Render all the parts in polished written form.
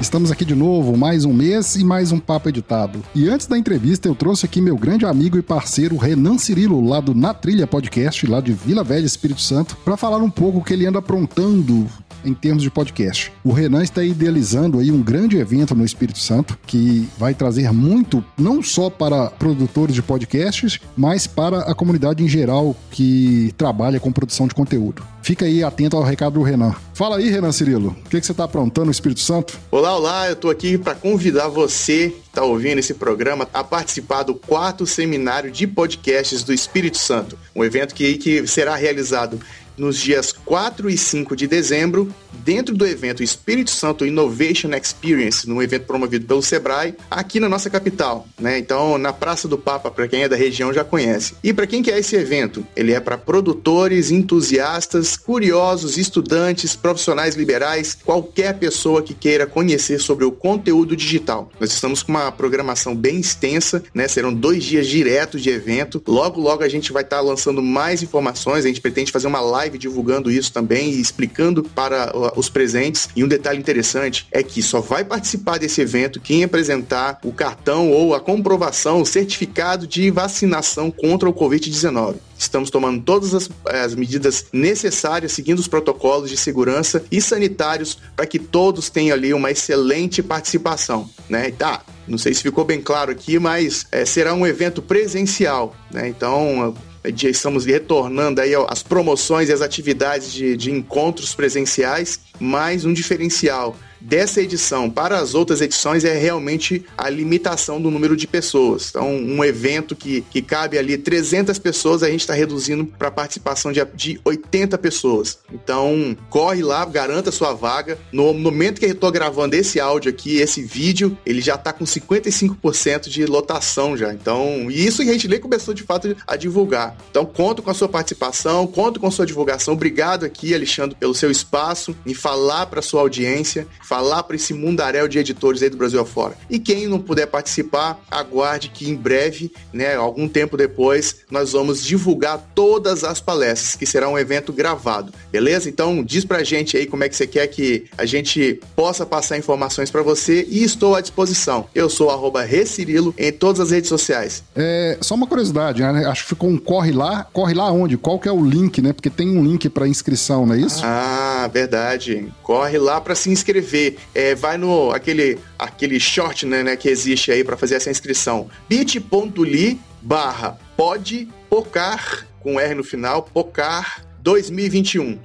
Estamos aqui de novo, mais um mês e mais um papo editado. E antes da entrevista, eu trouxe aqui meu grande amigo e parceiro Renan Cirilo, lá do Na Trilha Podcast, lá de Vila Velha, Espírito Santo, para falar um pouco o que ele anda aprontando em termos de podcast. O Renan está idealizando aí um grande evento no Espírito Santo que vai trazer muito, não só para produtores de podcasts, mas para a comunidade em geral que trabalha com produção de conteúdo. Fica aí atento ao recado do Renan. Fala aí, Renan Cirilo, o que você está aprontando no Espírito Santo? Olá, eu estou aqui para convidar você que está ouvindo esse programa a participar do 4º Seminário de Podcasts do Espírito Santo, um evento que será realizado nos dias 4 e 5 de dezembro, dentro do evento Espírito Santo Innovation Experience, num evento promovido pelo Sebrae, aqui na nossa capital, né? Então, na Praça do Papa, para quem é da região já conhece. E para quem que é esse evento? Ele é para produtores, entusiastas, curiosos, estudantes, profissionais liberais, qualquer pessoa que queira conhecer sobre o conteúdo digital. Nós estamos com uma programação bem extensa, né? Serão 2 dias diretos de evento. Logo a gente vai estar lançando mais informações, a gente pretende fazer uma live divulgando isso também e explicando para os presentes. E um detalhe interessante é que só vai participar desse evento quem apresentar o cartão ou a comprovação, o certificado de vacinação contra o Covid-19. Estamos tomando todas as medidas necessárias, seguindo os protocolos de segurança e sanitários para que todos tenham ali uma excelente participação, né? Tá, não sei se ficou bem claro aqui, mas será um evento presencial, né? Então, estamos retornando aí às promoções e às atividades de encontros presenciais, mas um diferencial dessa edição para as outras edições é realmente a limitação do número de pessoas. Então, um evento que cabe ali 300 pessoas, a gente está reduzindo para a participação de 80 pessoas. Então, corre lá, garanta sua vaga. No momento que eu estou gravando esse áudio aqui, esse vídeo, ele já está com 55% de lotação já. Então, e isso que a gente nem começou de fato a divulgar. Então, conto com a sua participação, conto com a sua divulgação. Obrigado aqui, Alexandre, pelo seu espaço em falar para a sua audiência, falar para esse mundaréu de editores aí do Brasil afora. E quem não puder participar, aguarde que em breve, né, algum tempo depois, nós vamos divulgar todas as palestras, que será um evento gravado, beleza? Então, diz pra gente aí como é que você quer que a gente possa passar informações para você e estou à disposição. Eu sou @recirilo em todas as redes sociais. Só uma curiosidade, né? Acho que ficou um corre lá onde? Qual que é o link, né? Porque tem um link para inscrição, não é isso? Ah, verdade. Corre lá para se inscrever. Vai no aquele short, né, que existe aí para fazer essa inscrição. bit.ly/podpocar com R no final, pocar 2021.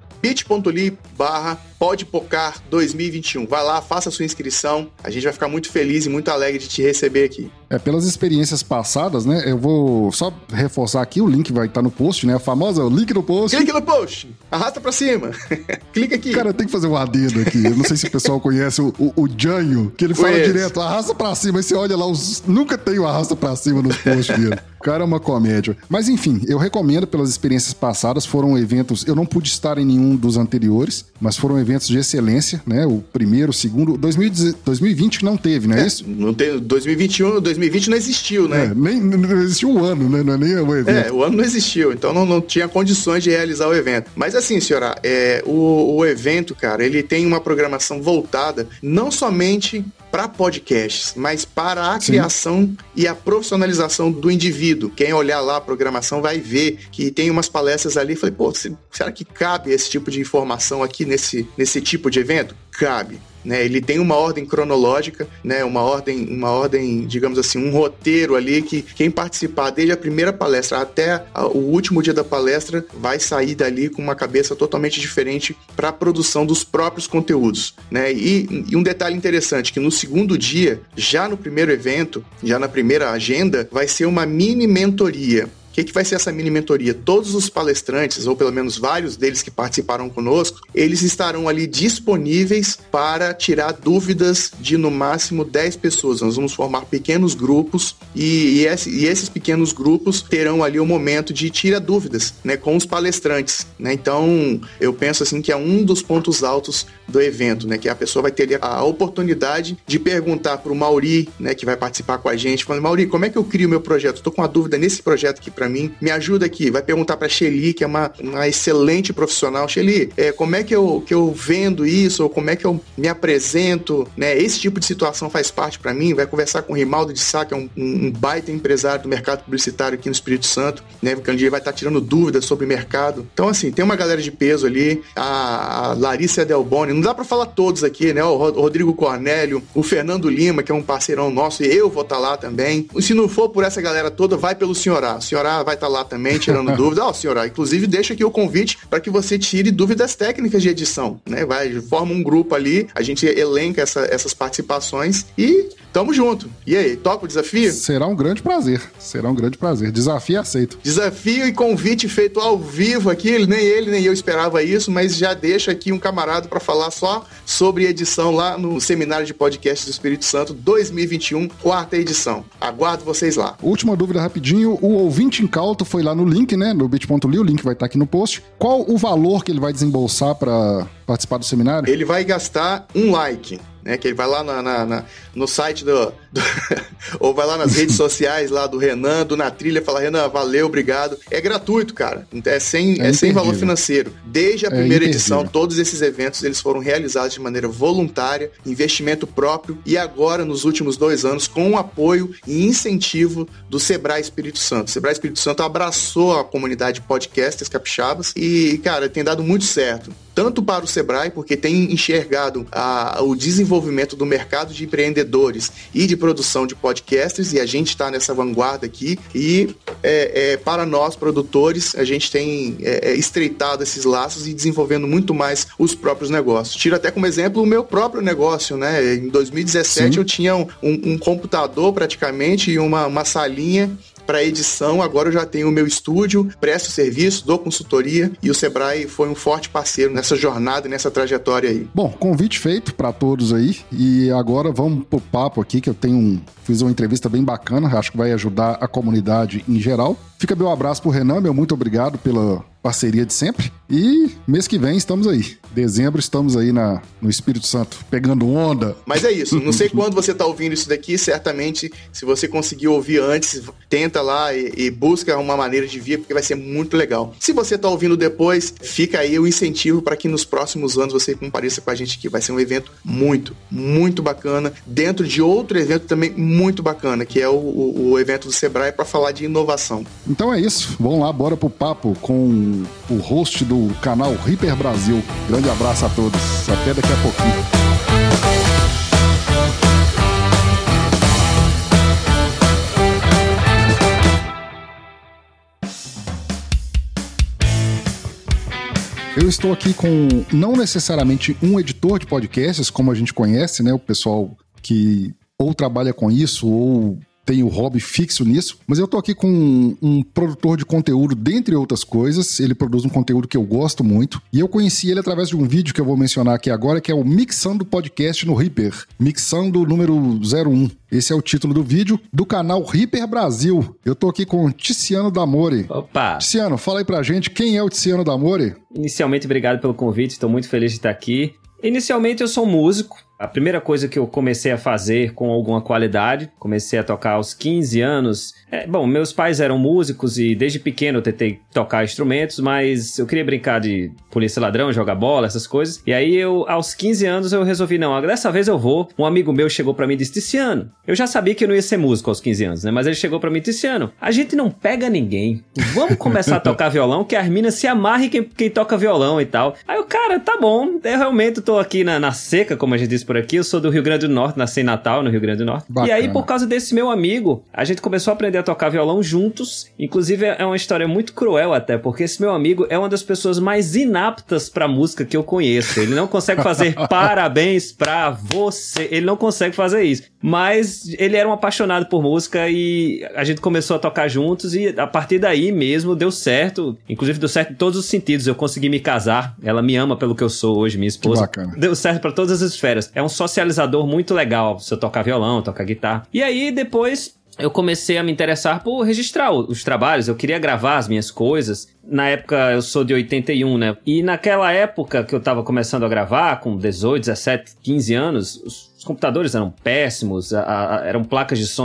bit.ly/podpocar 2021. Vai lá, faça a sua inscrição. A gente vai ficar muito feliz e muito alegre de te receber aqui. Pelas experiências passadas, né? Eu vou só reforçar aqui, o link vai estar no post, né? A famosa link no post. Clique no post, arrasta pra cima. Clica aqui. Cara, tem que fazer um adendo aqui. Eu não sei se o pessoal conhece o Janho, que ele fala direto, arrasta pra cima. Aí você olha lá, nunca tem o arrasta pra cima nos posts dele. O cara é uma comédia. Mas enfim, eu recomendo pelas experiências passadas. Foram eventos, eu não pude estar em nenhum dos anteriores, mas foram eventos de excelência, né? O primeiro, o segundo. 2020 não teve, não é isso? Não teve. 2020 não existiu, né? Nem não existiu um ano, né? Não é nem o evento. O ano não existiu, então não tinha condições de realizar o evento. Mas assim, senhora, o evento, cara, ele tem uma programação voltada não somente para podcasts, mas para a criação e a profissionalização do indivíduo. Quem olhar lá a programação vai ver que tem umas palestras ali. Falei, será que cabe esse tipo de informação aqui nesse tipo de evento? Cabe. Né, ele tem uma ordem cronológica, né, uma ordem, digamos assim, um roteiro ali que quem participar desde a primeira palestra até o último dia da palestra vai sair dali com uma cabeça totalmente diferente para a produção dos próprios conteúdos, né? E um detalhe interessante, que no segundo dia, já no primeiro evento, já na primeira agenda, vai ser uma mini mentoria. O que vai ser essa mini mentoria? Todos os palestrantes, ou pelo menos vários deles que participaram conosco, eles estarão ali disponíveis para tirar dúvidas de no máximo 10 pessoas. Nós vamos formar pequenos grupos e esses pequenos grupos terão ali o momento de tirar dúvidas, né, com os palestrantes, né? Então, eu penso assim que é um dos pontos altos do evento, né, que a pessoa vai ter ali a oportunidade de perguntar para o Mauri, né, que vai participar com a gente, falando, Mauri, como é que eu crio meu projeto? Estou com uma dúvida nesse projeto aqui pra mim, me ajuda aqui, vai perguntar pra Shelly, que é uma excelente profissional. Shelly, como é que eu vendo isso, ou como é que eu me apresento, né? Esse tipo de situação faz parte pra mim. Vai conversar com o Rimaldo de Sá, que é um baita empresário do mercado publicitário aqui no Espírito Santo, né? Porque ele vai estar tirando dúvidas sobre o mercado. Então, assim, tem uma galera de peso ali, a Larissa Delboni, não dá pra falar todos aqui, né? O Rodrigo Cornélio, o Fernando Lima, que é um parceirão nosso, e eu vou estar lá também. E se não for por essa galera toda, vai pelo Senhorá. O Senhorá vai estar lá também, tirando dúvidas. Senhorá, inclusive, deixa aqui o convite para que você tire dúvidas técnicas de edição, né? Forma um grupo ali, a gente elenca essas participações e tamo junto. E aí, toca o desafio? Será um grande prazer. Desafio aceito. Desafio e convite feito ao vivo aqui. Nem ele, nem eu esperava isso, mas já deixa aqui um camarada para falar só sobre edição lá no Seminário de Podcast do Espírito Santo 2021, 4ª edição. Aguardo vocês lá. Última dúvida rapidinho. O ouvinte incauto foi lá no link, né? No bit.ly, o link vai estar aqui no post. Qual o valor que ele vai desembolsar para participar do seminário? Ele vai gastar um like, né? Que ele vai lá no site ou vai lá nas redes sociais lá do Renan, do Na Trilha, fala: Renan, valeu, obrigado. É gratuito, cara. É sem valor financeiro. Desde a primeira edição, todos esses eventos eles foram realizados de maneira voluntária, investimento próprio, e agora, nos últimos 2 anos, com o apoio e incentivo do Sebrae Espírito Santo. O Sebrae Espírito Santo abraçou a comunidade de podcasters capixabas e, cara, tem dado muito certo. Tanto para o Sebrae, porque tem enxergado o desenvolvimento do mercado de empreendedores e de produção de podcasters, e a gente está nessa vanguarda aqui, e para nós, produtores, a gente tem estreitado esses laços e desenvolvendo muito mais os próprios negócios. Tiro até como exemplo o meu próprio negócio, né? Em 2017 eu tinha um computador praticamente e uma salinha para edição. Agora eu já tenho o meu estúdio, presto serviço, dou consultoria, e o Sebrae foi um forte parceiro nessa jornada e nessa trajetória aí. Bom, convite feito para todos aí, e agora vamos pro papo aqui, que eu fiz uma entrevista bem bacana, acho que vai ajudar a comunidade em geral. Fica meu abraço pro Renan, meu muito obrigado pela parceria de sempre, e mês que vem estamos aí. Dezembro estamos aí no Espírito Santo, pegando onda. Mas é isso, não sei quando você tá ouvindo isso daqui, certamente, se você conseguir ouvir antes, tenta lá e busca uma maneira de vir, porque vai ser muito legal. Se você tá ouvindo depois, fica aí o incentivo para que nos próximos anos você compareça com a gente aqui. Vai ser um evento muito, muito bacana, dentro de outro evento também muito bacana, que é o evento do Sebrae para falar de inovação. Então é isso, vamos lá, bora pro papo com o host do canal Reaper Brasil. Grande abraço a todos, até daqui a pouquinho. Eu estou aqui com, não necessariamente um editor de podcasts, como a gente conhece, né? O pessoal que ou trabalha com isso ou tem o hobby fixo nisso, mas eu tô aqui com um produtor de conteúdo, dentre outras coisas. Ele produz um conteúdo que eu gosto muito, e eu conheci ele através de um vídeo que eu vou mencionar aqui agora, que é o Mixando Podcast no Reaper, Mixando número 01. Esse é o título do vídeo do canal Reaper Brasil. Eu tô aqui com o Tiziano D'Amore. Opa! Tiziano, fala aí pra gente, quem é o Tiziano D'Amore? Inicialmente, obrigado pelo convite, estou muito feliz de estar aqui. Inicialmente, eu sou músico. A primeira coisa que eu comecei a fazer com alguma qualidade, comecei a tocar aos 15 anos. Bom, meus pais eram músicos e desde pequeno eu tentei tocar instrumentos, mas eu queria brincar de polícia ladrão, jogar bola, essas coisas. E aí aos 15 anos eu resolvi, não, dessa vez eu vou. Um amigo meu chegou pra mim e disse: Tiziano, eu já sabia que eu não ia ser músico aos 15 anos, né? Mas ele chegou pra mim: Tiziano, a gente não pega ninguém. Vamos começar a tocar violão, que as minas se amarrem quem toca violão e tal. Aí o cara, tá bom, eu realmente tô aqui na seca, como a gente diz por aqui. Eu sou do Rio Grande do Norte, nasci em Natal, no Rio Grande do Norte. Bacana. E aí, por causa desse meu amigo, a gente começou a aprender a tocar violão juntos. Inclusive, é uma história muito cruel até, porque esse meu amigo é uma das pessoas mais inaptas pra música que eu conheço. Ele não consegue fazer parabéns pra você. Ele não consegue fazer isso. Mas ele era um apaixonado por música e a gente começou a tocar juntos, e a partir daí mesmo deu certo. Inclusive, deu certo em todos os sentidos. Eu consegui me casar. Ela me ama pelo que eu sou hoje, minha esposa. Que bacana. Deu certo pra todas as esferas. É um socializador muito legal, se eu tocar violão, tocar guitarra. E aí, depois, eu comecei a me interessar por registrar os trabalhos. Eu queria gravar as minhas coisas. Na época, eu sou de 81, né? E naquela época que eu tava começando a gravar, com 18, 17, 15 anos, os computadores eram péssimos, eram placas de sons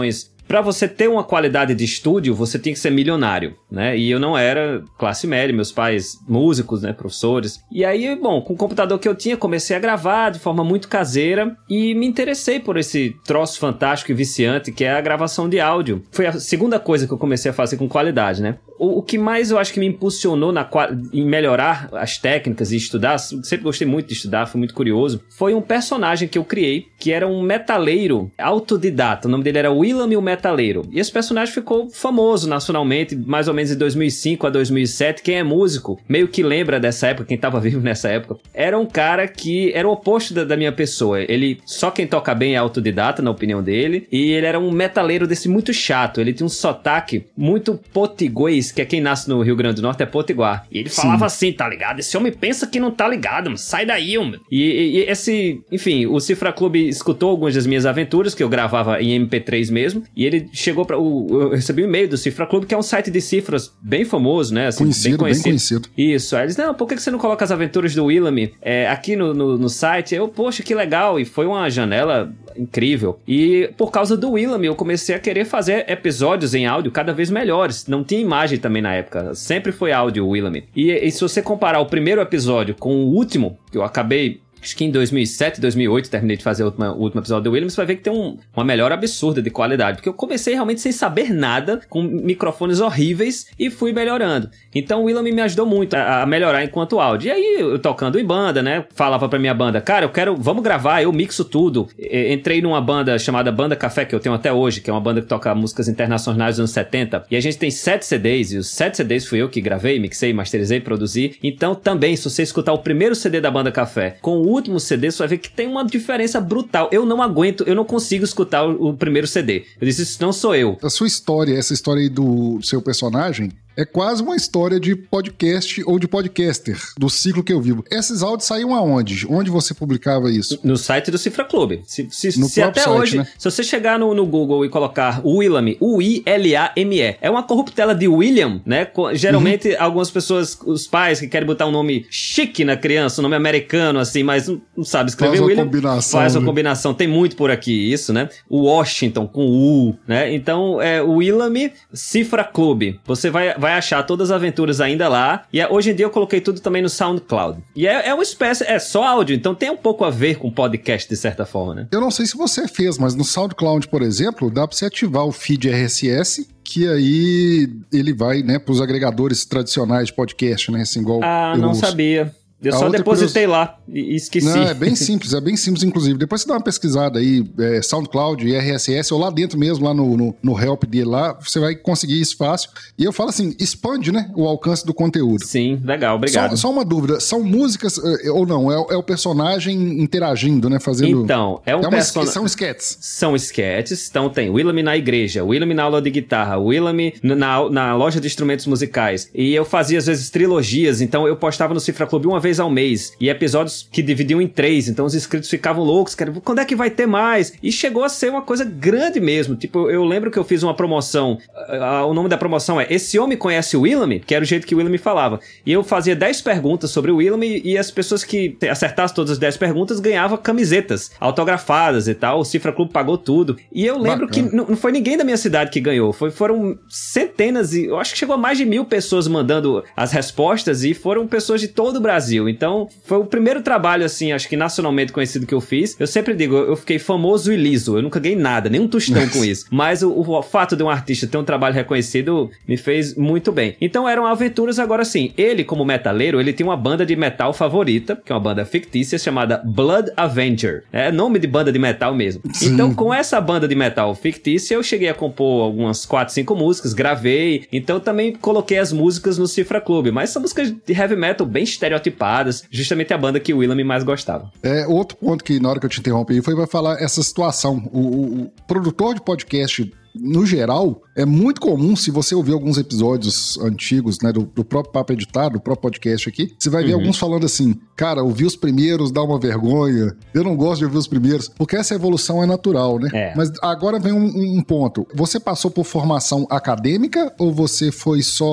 pra você ter uma qualidade de estúdio, você tinha que ser milionário, né? E eu não era classe média, meus pais músicos, né, professores. E aí, bom, com o computador que eu tinha, comecei a gravar de forma muito caseira e me interessei por esse troço fantástico e viciante que é a gravação de áudio. Foi a segunda coisa que eu comecei a fazer com qualidade, né? O que mais eu acho que me impulsionou em melhorar as técnicas e estudar, sempre gostei muito de estudar, fui muito curioso, foi um personagem que eu criei, que era um metaleiro autodidata. O nome dele era Willam o Metaleiro. E esse personagem ficou famoso nacionalmente, mais ou menos em 2005 a 2007. Quem é músico, meio que lembra dessa época, quem tava vivo nessa época, era um cara que era o oposto da minha pessoa. Ele, só quem toca bem é autodidata, na opinião dele, e ele era um metaleiro desse muito chato. Ele tinha um sotaque muito potiguês, que é quem nasce no Rio Grande do Norte, é potiguar. E ele falava assim, tá ligado? Esse homem pensa que não tá ligado, mano. Sai daí, homem. E esse... Enfim, o Cifra Clube escutou algumas das minhas aventuras, que eu gravava em MP3 mesmo, e ele chegou pra... Eu recebi um e-mail do Cifra Clube, que é um site de cifras bem famoso, né? Assim, bem conhecido. Isso. Aí eles, não, por que você não coloca as aventuras do Willam aqui no site? Eu, poxa, que legal. E foi uma janela incrível. E por causa do Willam, eu comecei a querer fazer episódios em áudio cada vez melhores. Não tinha imagem também na época. Sempre foi áudio o Willam. E se você comparar o primeiro episódio com o último, que eu acabei... Acho que em 2007, 2008, terminei de fazer o último episódio do Willam, você vai ver que tem uma melhora absurda de qualidade. Porque eu comecei realmente sem saber nada, com microfones horríveis, e fui melhorando. Então o Willam me ajudou muito a melhorar enquanto áudio. E aí, eu tocando em banda, né? Falava pra minha banda, cara, vamos gravar, eu mixo tudo. Entrei numa banda chamada Banda Café, que eu tenho até hoje, que é uma banda que toca músicas internacionais dos anos 70. E a gente tem 7 CDs, e os 7 CDs fui eu que gravei, mixei, masterizei, produzi. Então também, se você escutar o primeiro CD da Banda Café com o último CD, você vai ver que tem uma diferença brutal. Eu não aguento, eu não consigo escutar o primeiro CD. Eu disse, isso não sou eu. A sua história, essa história aí do seu personagem, é quase uma história de podcast ou de podcaster, do ciclo que eu vivo. Esses áudios saíam aonde? Onde você publicava isso? No site do Cifra Clube. Se até site, hoje, né? Se você chegar no Google e colocar Willam, U-I-L-A-M-E, é uma corruptela de William, né? Geralmente, algumas pessoas, os pais que querem botar um nome chique na criança, um nome americano, assim, mas não sabe escrever William. Faz uma combinação. Tem muito por aqui, isso, né? O Washington com U, né? Então, o Willam Cifra Clube. Você vai achar todas as aventuras ainda lá. E hoje em dia eu coloquei tudo também no SoundCloud. E é uma espécie, é só áudio, então tem um pouco a ver com podcast de certa forma, né? Eu não sei se você fez, mas no SoundCloud, por exemplo, dá pra você ativar o feed RSS, que aí ele vai, né, pros agregadores tradicionais de podcast, né? Assim, igual não sabia. Eu só depositei lá e esqueci. Não, é bem simples, inclusive. Depois você dá uma pesquisada aí, SoundCloud e RSS, ou lá dentro mesmo, lá no help dele lá, você vai conseguir isso fácil. E eu falo assim, expande, né, o alcance do conteúdo. Sim, legal, obrigado. Só uma dúvida, são músicas ou não? É o personagem interagindo, né, fazendo... Então, são sketches. São sketches, então tem Willam na igreja, Willam na aula de guitarra, Willam na loja de instrumentos musicais. E eu fazia, às vezes, trilogias, então eu postava no Cifra Clube uma vez ao mês, e episódios que dividiam em 3, então os inscritos ficavam loucos, cara, quando é que vai ter mais? E chegou a ser uma coisa grande mesmo, tipo, eu lembro que eu fiz uma promoção, o nome da promoção é Esse Homem Conhece o Willam? Que era o jeito que o Willam falava, e eu fazia 10 perguntas sobre o Willam, e as pessoas que acertassem todas as 10 perguntas ganhavam camisetas autografadas e tal, o Cifra Clube pagou tudo, e eu lembro que não foi ninguém da minha cidade que ganhou, foram centenas, e eu acho que chegou a mais de 1000 pessoas mandando as respostas, e foram pessoas de todo o Brasil. Então, foi o primeiro trabalho, assim, acho que nacionalmente conhecido que eu fiz. Eu sempre digo, eu fiquei famoso e liso. Eu nunca ganhei nada, nem um tostão com isso. Mas o fato de um artista ter um trabalho reconhecido me fez muito bem. Então, eram aventuras, agora sim. Ele, como metaleiro, ele tem uma banda de metal favorita, que é uma banda fictícia, chamada Blood Avenger. É nome de banda de metal mesmo. Sim. Então, com essa banda de metal fictícia, eu cheguei a compor algumas 4, 5 músicas, gravei. Então, também coloquei as músicas no Cifra Clube. Mas são músicas de heavy metal bem estereotipadas, justamente a banda que o Willam mais gostava. Outro ponto que na hora que eu te interrompi foi para falar essa situação. O produtor de podcast, no geral, é muito comum, se você ouvir alguns episódios antigos, né, do próprio Papo Editado, do próprio podcast aqui, você vai ver alguns falando assim, cara, ouvir os primeiros dá uma vergonha, eu não gosto de ouvir os primeiros, porque essa evolução é natural, né? Mas agora vem um ponto, você passou por formação acadêmica ou você foi só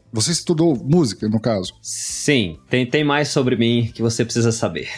Você estudou música, no caso? Sim, tem mais sobre mim que você precisa saber.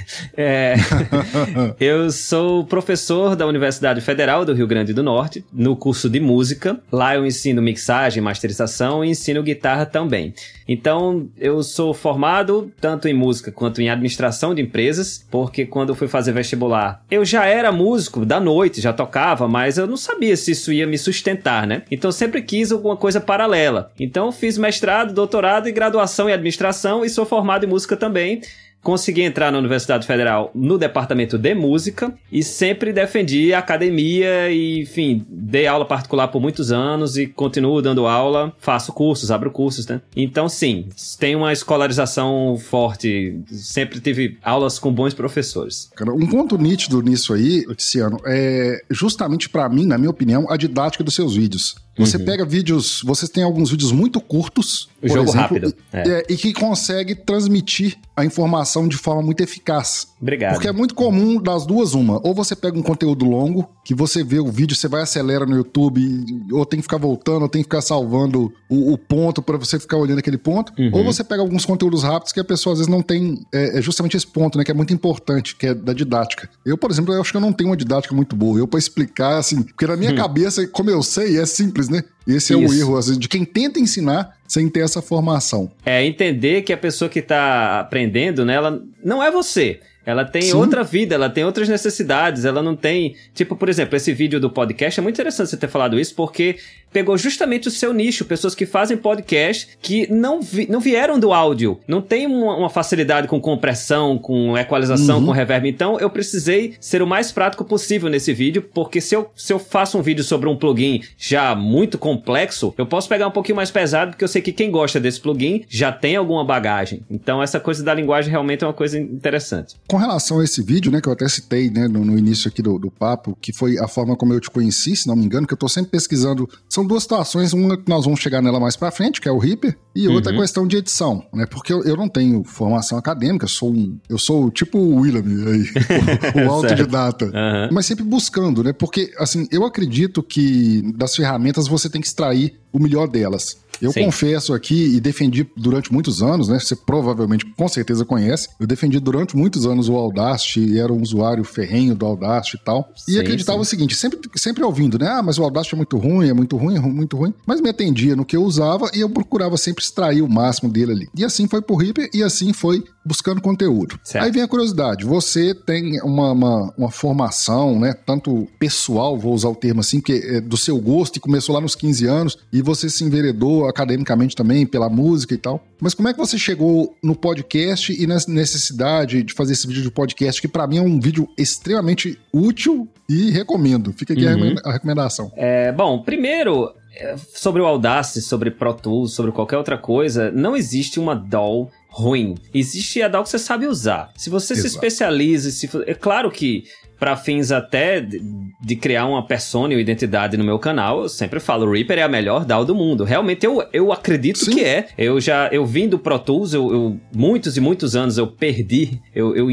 Eu sou professor da Universidade Federal do Rio Grande do Norte, no curso de música. Lá eu ensino mixagem, masterização e ensino guitarra também. Então, eu sou formado tanto em música quanto em administração de empresas, porque quando eu fui fazer vestibular, eu já era músico da noite, já tocava, mas eu não sabia se isso ia me sustentar, né? Então, eu sempre quis alguma coisa paralela. Então, eu fiz mestrado, doutorado e graduação em administração e sou formado em música também. Consegui entrar na Universidade Federal no departamento de música e sempre defendi a academia e, enfim, dei aula particular por muitos anos e continuo dando aula, faço cursos, abro cursos, né? Então, sim, tenho uma escolarização forte, sempre tive aulas com bons professores. Cara, um ponto nítido nisso aí, Luciano, é justamente pra mim, na minha opinião, a didática dos seus vídeos. Você pega vídeos, vocês têm alguns vídeos muito curtos, por jogo exemplo, rápido. E que consegue transmitir a informação de forma muito eficaz. Obrigado. Porque é muito comum das duas uma. Ou você pega um conteúdo longo, que você vê o vídeo, você vai acelera no YouTube, ou tem que ficar voltando, ou tem que ficar salvando o ponto pra você ficar olhando aquele ponto. Ou você pega alguns conteúdos rápidos que a pessoa às vezes não tem, justamente esse ponto, né, que é muito importante, que é da didática. Eu, por exemplo, eu acho que eu não tenho uma didática muito boa. Eu, pra explicar, assim, porque na minha cabeça, como eu sei, é simples, né? Esse é o erro, assim, de quem tenta ensinar sem ter essa formação. É entender que a pessoa que tá aprendendo, né, ela não é você. Ela tem outra vida, ela tem outras necessidades, ela não tem... Tipo, por exemplo, esse vídeo do podcast, é muito interessante você ter falado isso, porque pegou justamente o seu nicho, pessoas que fazem podcast que não vieram do áudio, não tem uma facilidade com compressão, com equalização, com reverb. Então, eu precisei ser o mais prático possível nesse vídeo, porque se eu faço um vídeo sobre um plugin já muito complexo, eu posso pegar um pouquinho mais pesado, porque eu sei que quem gosta desse plugin já tem alguma bagagem. Então, essa coisa da linguagem realmente é uma coisa interessante. Com relação a esse vídeo, né, que eu até citei, né, no início aqui do papo, que foi a forma como eu te conheci, se não me engano, que eu tô sempre pesquisando. São duas situações, uma que nós vamos chegar nela mais pra frente, que é o Reaper, e outra questão de edição, né, porque eu não tenho formação acadêmica, eu sou tipo o William aí, o autodidata, mas sempre buscando, né, porque, assim, eu acredito que das ferramentas você tem que extrair o melhor delas. Eu confesso aqui e defendi durante muitos anos, né? Você provavelmente, com certeza conhece. Eu defendi durante muitos anos o Audacity, era um usuário ferrenho do Audacity e tal. E acreditava o seguinte, sempre ouvindo, né? Ah, mas o Audacity é muito ruim, é muito ruim, é muito ruim. Mas me atendia no que eu usava e eu procurava sempre extrair o máximo dele ali. E assim foi pro Reaper e assim foi buscando conteúdo. Certo. Aí vem a curiosidade, você tem uma formação, né? Tanto pessoal, vou usar o termo assim, porque é do seu gosto e começou lá nos 15 anos e você se enveredou academicamente também, pela música e tal. Mas como é que você chegou no podcast e na necessidade de fazer esse vídeo de podcast, que pra mim é um vídeo extremamente útil e recomendo. Fica aqui a recomendação. Bom, primeiro, sobre o Audacity, sobre Pro Tools, sobre qualquer outra coisa, não existe uma DAW ruim. Existe a DAW que você sabe usar. Se você se especializa, é claro que para fins até de criar uma persona e identidade no meu canal, eu sempre falo, o Reaper é a melhor DAW do mundo. Realmente eu acredito que é. Eu vim do Pro Tools, muitos e muitos anos eu perdi,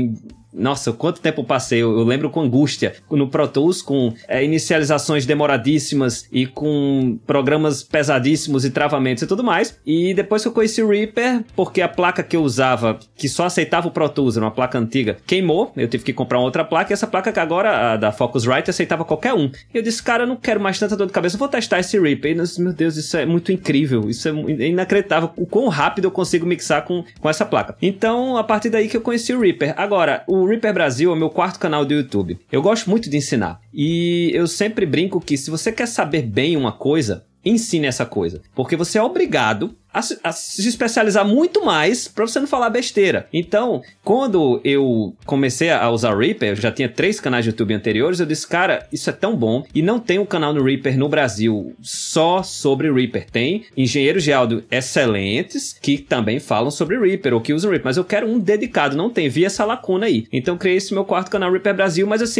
nossa, quanto tempo eu passei, eu lembro com angústia, no Pro Tools, com inicializações demoradíssimas e com programas pesadíssimos e travamentos e tudo mais. E depois que eu conheci o Reaper, porque a placa que eu usava, que só aceitava o Pro Tools, era uma placa antiga, queimou, eu tive que comprar uma outra placa, e essa placa que agora, a da Focusrite, aceitava qualquer um. E eu disse, cara, eu não quero mais tanta dor de cabeça, eu vou testar esse Reaper. E eu disse, meu Deus, isso é muito incrível, isso é inacreditável, o quão rápido eu consigo mixar com essa placa. Então, a partir daí que eu conheci o Reaper. Agora, o Reaper Brasil é o meu 4º canal do YouTube. Eu gosto muito de ensinar. E eu sempre brinco que se você quer saber bem uma coisa, ensine essa coisa. Porque você é obrigado a se especializar muito mais pra você não falar besteira. Então, quando eu comecei a usar o Reaper, eu já tinha 3 canais de YouTube anteriores, eu disse, cara, isso é tão bom. E não tem um canal no Reaper no Brasil só sobre Reaper. Tem engenheiros de áudio excelentes que também falam sobre Reaper ou que usam Reaper. Mas eu quero um dedicado, não tem. Vi essa lacuna aí. Então, eu criei esse meu 4º canal Reaper Brasil. Mas assim,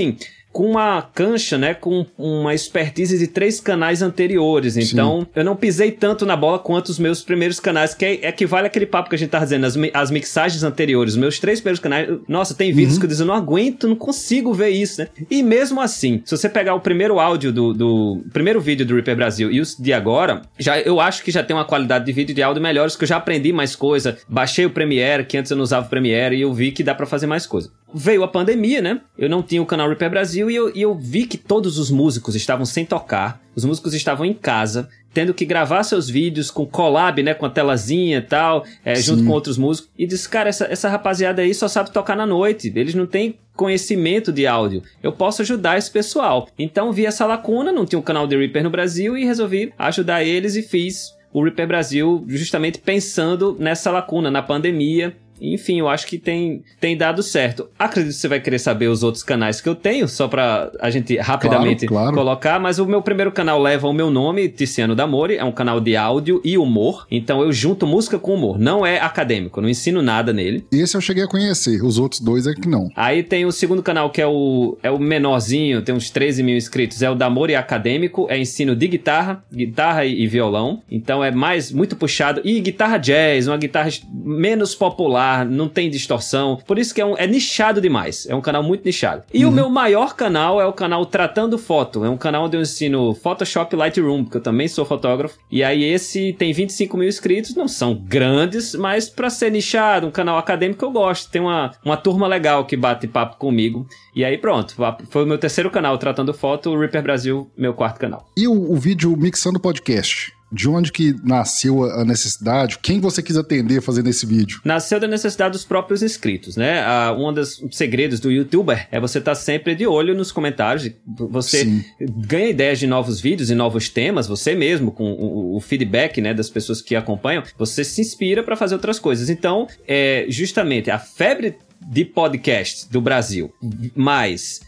com uma cancha, né, com uma expertise de 3 canais anteriores. Então, eu não pisei tanto na bola quanto os meus primeiros canais, que equivale àquele papo que a gente tava dizendo, as mixagens anteriores. Meus 3 primeiros canais, nossa, tem vídeos que eu digo, eu não aguento, não consigo ver isso, né? E mesmo assim, se você pegar o primeiro áudio do primeiro vídeo do Reaper Brasil e os de agora, eu acho que já tem uma qualidade de vídeo e de áudio melhores, que eu já aprendi mais coisa, baixei o Premiere, que antes eu não usava o Premiere, e eu vi que dá pra fazer mais coisa. Veio a pandemia, né? Eu não tinha o canal Reaper Brasil e eu vi que todos os músicos estavam sem tocar, os músicos estavam em casa, tendo que gravar seus vídeos com collab, né? Com a telazinha e tal, junto com outros músicos. E disse, cara, essa rapaziada aí só sabe tocar na noite, eles não têm conhecimento de áudio. Eu posso ajudar esse pessoal. Então vi essa lacuna, não tinha um canal de Reaper no Brasil e resolvi ajudar eles e fiz o Reaper Brasil justamente pensando nessa lacuna, na pandemia. Enfim, eu acho que tem dado certo. Acredito que você vai querer saber os outros canais que eu tenho, só pra a gente rapidamente colocar, mas o meu primeiro canal leva o meu nome, Tiziano D'Amore, é um canal de áudio e humor, então eu junto música com humor, não é acadêmico, não ensino nada nele. Esse eu cheguei a conhecer, os outros 2 é que não. Aí tem o segundo canal que é o menorzinho, tem uns 13 mil inscritos, é o D'Amore Acadêmico, é ensino de guitarra e violão, então é muito puxado, e guitarra jazz, uma guitarra menos popular, não tem distorção, por isso que é nichado demais, é um canal muito nichado. E o meu maior canal é o canal Tratando Foto, é um canal onde eu ensino Photoshop e Lightroom, porque eu também sou fotógrafo, e aí esse tem 25 mil inscritos, não são grandes, mas pra ser nichado, um canal acadêmico eu gosto, tem uma turma legal que bate papo comigo, e aí pronto, foi o meu terceiro canal, Tratando Foto, o Reaper Brasil, meu quarto canal. E o vídeo Mixando Podcast? De onde que nasceu a necessidade? Quem você quis atender fazendo esse vídeo? Nasceu da necessidade dos próprios inscritos, né? Um dos segredos do YouTuber é você estar sempre de olho nos comentários. Você ganha ideias de novos vídeos e novos temas, você mesmo, com o feedback, né, das pessoas que acompanham, você se inspira para fazer outras coisas. Então, justamente a febre de podcast do Brasil, mais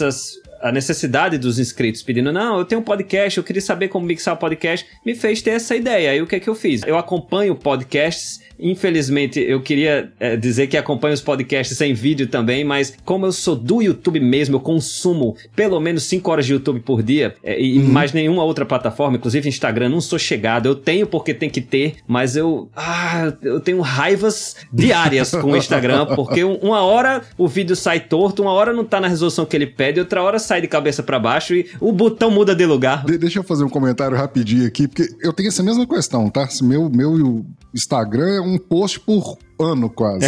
a necessidade dos inscritos pedindo, não, eu tenho um podcast, eu queria saber como mixar o podcast, me fez ter essa ideia. Aí o que é que eu fiz? Eu acompanho podcasts, infelizmente eu queria dizer que acompanho os podcasts em vídeo também, mas como eu sou do YouTube mesmo, eu consumo pelo menos 5 horas de YouTube por dia, e mais nenhuma outra plataforma, inclusive Instagram, não sou chegado, eu tenho porque tem que ter, mas eu tenho raivas diárias com o Instagram, porque uma hora o vídeo sai torto, uma hora não tá na resolução que ele pede, outra hora sai de cabeça pra baixo e o botão muda de lugar. Deixa eu fazer um comentário rapidinho aqui, porque eu tenho essa mesma questão, tá? Meu Instagram é um post por ano quase.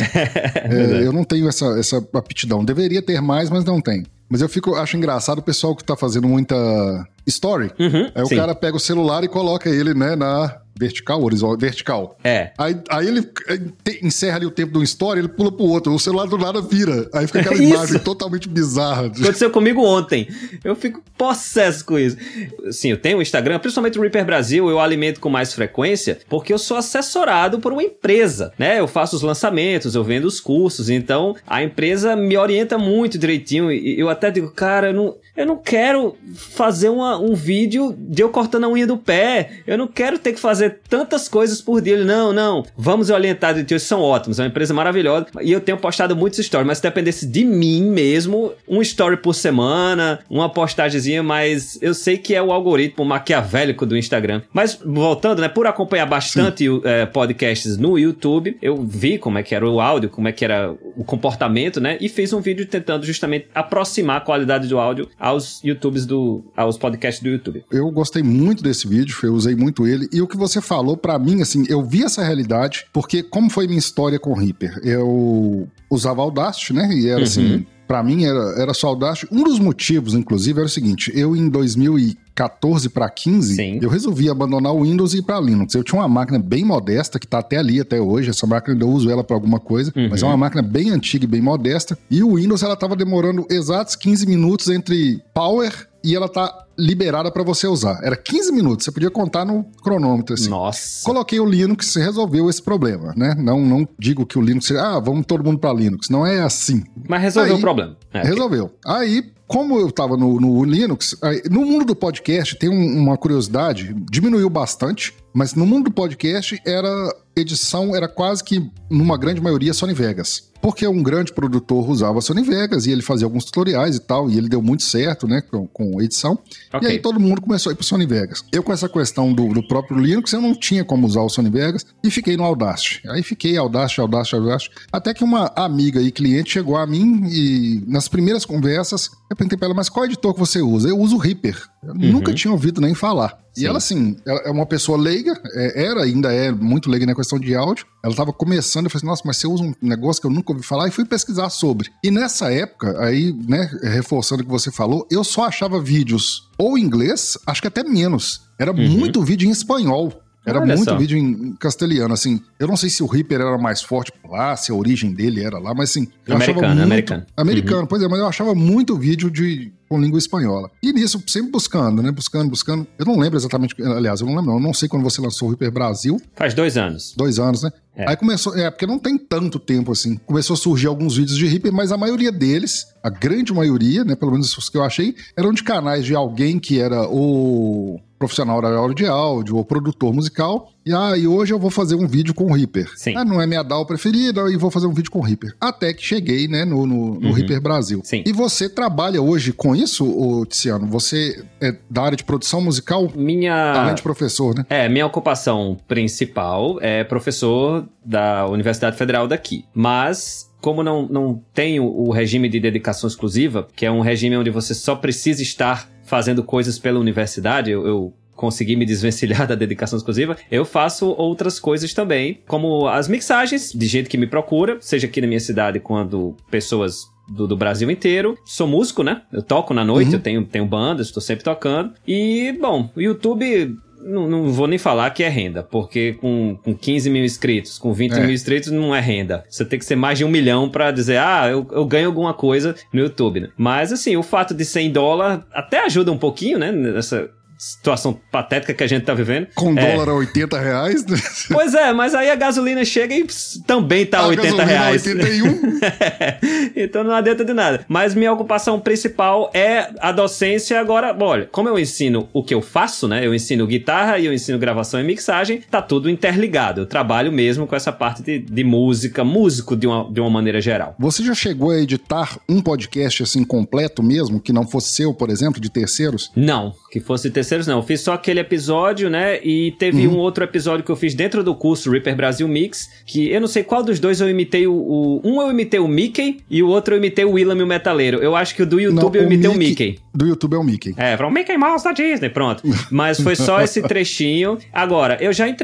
Eu não tenho essa aptidão. Deveria ter mais, mas não tem. Mas acho engraçado o pessoal que tá fazendo muita story. Aí o cara pega o celular e coloca ele, né, na vertical, horizontal, vertical. Aí ele encerra ali o tempo de uma story, ele pula pro outro, o celular do nada vira. Aí fica aquela imagem totalmente bizarra. Aconteceu comigo ontem. Eu fico possesso com isso. Sim, eu tenho o Instagram, principalmente o Reaper Brasil, eu alimento com mais frequência, porque eu sou assessorado por uma empresa, né? Eu faço os lançamentos, eu vendo os cursos, então a empresa me orienta muito direitinho. E eu até digo, cara, eu não quero fazer um vídeo de eu cortando a unha do pé. Eu não quero ter que fazer tantas coisas por dia. Ele, não, vamos orientar de ti, são ótimos, é uma empresa maravilhosa. E eu tenho postado muitos stories, mas se dependesse de mim mesmo, um story por semana, uma postagemzinha, mas eu sei que é o algoritmo maquiavélico do Instagram. Mas voltando, né, por acompanhar bastante podcasts no YouTube, eu vi como é que era o áudio, como é que era o comportamento, né, e fiz um vídeo tentando justamente aproximar a qualidade do áudio aos podcasts do YouTube. Eu gostei muito desse vídeo, eu usei muito ele, e o que você falou, pra mim, assim, eu vi essa realidade, porque como foi minha história com o Reaper? Eu usava Audacity, né, e era assim, pra mim era só Audacity. Um dos motivos, inclusive, era o seguinte, eu em 2014 para 15, eu resolvi abandonar o Windows e ir para Linux. Eu tinha uma máquina bem modesta, que tá até ali até hoje, essa máquina eu uso ela para alguma coisa, mas é uma máquina bem antiga e bem modesta, e o Windows ela tava demorando exatos 15 minutos entre power e ela tá liberada para você usar. Era 15 minutos, você podia contar no cronômetro, assim. Nossa! Coloquei o Linux e resolveu esse problema, né? Não digo que o Linux... vamos todo mundo para Linux. Não é assim. Mas resolveu o problema. Resolveu. Aí, como eu tava no Linux, no mundo do podcast tem uma curiosidade, diminuiu bastante, mas no mundo do podcast edição era quase que, numa grande maioria, Sony Vegas. porque um grande produtor usava a Sony Vegas e ele fazia alguns tutoriais e tal, e ele deu muito certo, né, com edição. Okay. E aí todo mundo começou a ir pro Sony Vegas. Eu, com essa questão do próprio Linux, eu não tinha como usar o Sony Vegas e fiquei no Audacity. Aí fiquei Audacity, até que uma amiga e cliente chegou a mim e nas primeiras conversas eu perguntei pra ela, mas qual editor que você usa? Eu uso o Reaper. Eu nunca tinha ouvido nem falar. Sim. E ela, assim, é uma pessoa leiga, ainda é muito leiga na questão de áudio. Ela tava começando, eu falei assim, nossa, mas você usa um negócio que eu nunca ouvi falar, e fui pesquisar sobre. E nessa época, aí, né, reforçando o que você falou, eu só achava vídeos ou em inglês, acho que até menos. Era muito vídeo em espanhol. Era muito vídeo em castelhano, assim. Eu não sei se o Reaper era mais forte lá, se a origem dele era lá, mas assim... Americano, pois é, mas eu achava muito vídeo com língua espanhola. E nisso, sempre buscando, né? Buscando. Eu não lembro exatamente... Aliás, eu não sei quando você lançou o Reaper Brasil. Faz 2 anos. 2 anos, né? É. Aí começou... porque não tem tanto tempo, assim. Começou a surgir alguns vídeos de Reaper, mas a maioria deles, a grande maioria, né? Pelo menos os que eu achei, eram de canais de alguém que era o profissional da área de áudio ou produtor musical. E hoje eu vou fazer um vídeo com o Reaper. Sim. Não é minha DAW preferida e vou fazer um vídeo com o Reaper. Até que cheguei, né, no Reaper Brasil. Sim. E você trabalha hoje com isso, Tiziano? Você é da área de produção musical? Além de professor, né? Minha ocupação principal é professor da Universidade Federal daqui. Mas... como não tenho o regime de dedicação exclusiva, que é um regime onde você só precisa estar fazendo coisas pela universidade, eu consegui me desvencilhar da dedicação exclusiva, eu faço outras coisas também, como as mixagens de gente que me procura, seja aqui na minha cidade, quando pessoas do Brasil inteiro. Sou músico, né? Eu toco na noite, eu tenho bandas, estou sempre tocando. E, bom, o YouTube... Não vou nem falar que é renda, porque com 15 mil inscritos, com 20 mil inscritos, não é renda. Você tem que ser mais de 1 milhão pra dizer, eu ganho alguma coisa no YouTube, né? Mas, assim, o fato de $100 até ajuda um pouquinho, né? Nessa situação patética que a gente tá vivendo. Com dólar a R$80, né? Pois é, mas aí a gasolina chega e também tá R$80. A 81? Então não adianta de nada. Mas minha ocupação principal é a docência. Agora, olha, como eu ensino o que eu faço, né? Eu ensino guitarra e eu ensino gravação e mixagem, tá tudo interligado. Eu trabalho mesmo com essa parte de músico de uma maneira geral. Você já chegou a editar um podcast assim completo mesmo, que não fosse seu, por exemplo, de terceiros? Não, que fosse de terceiros não. Eu fiz só aquele episódio, né? E teve um outro episódio que eu fiz dentro do curso Reaper Brasil Mix, que eu não sei qual dos dois eu imitei eu imitei o Mickey e o outro eu imitei o Willam e o Metaleiro. Eu acho que o do YouTube eu imitei o Mickey. Do YouTube é o Mickey. Para o Mickey Mouse da Disney, pronto. Mas foi só esse trechinho. Agora, eu já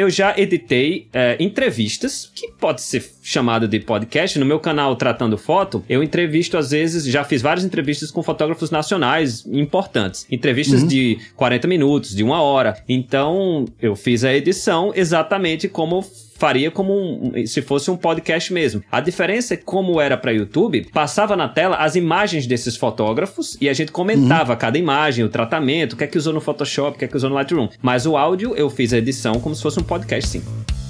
editei entrevistas, que pode ser chamado de podcast. No meu canal Tratando Foto, eu entrevisto às vezes, já fiz várias entrevistas com fotógrafos nacionais importantes. Entrevistas de 40 minutos, de 1 hora. Então, eu fiz a edição exatamente como faria se fosse um podcast mesmo. A diferença é que, como era para YouTube, passava na tela as imagens desses fotógrafos e a gente comentava cada imagem, o tratamento, o que é que usou no Photoshop, o que é que usou no Lightroom. Mas o áudio, eu fiz a edição como se fosse um podcast, sim.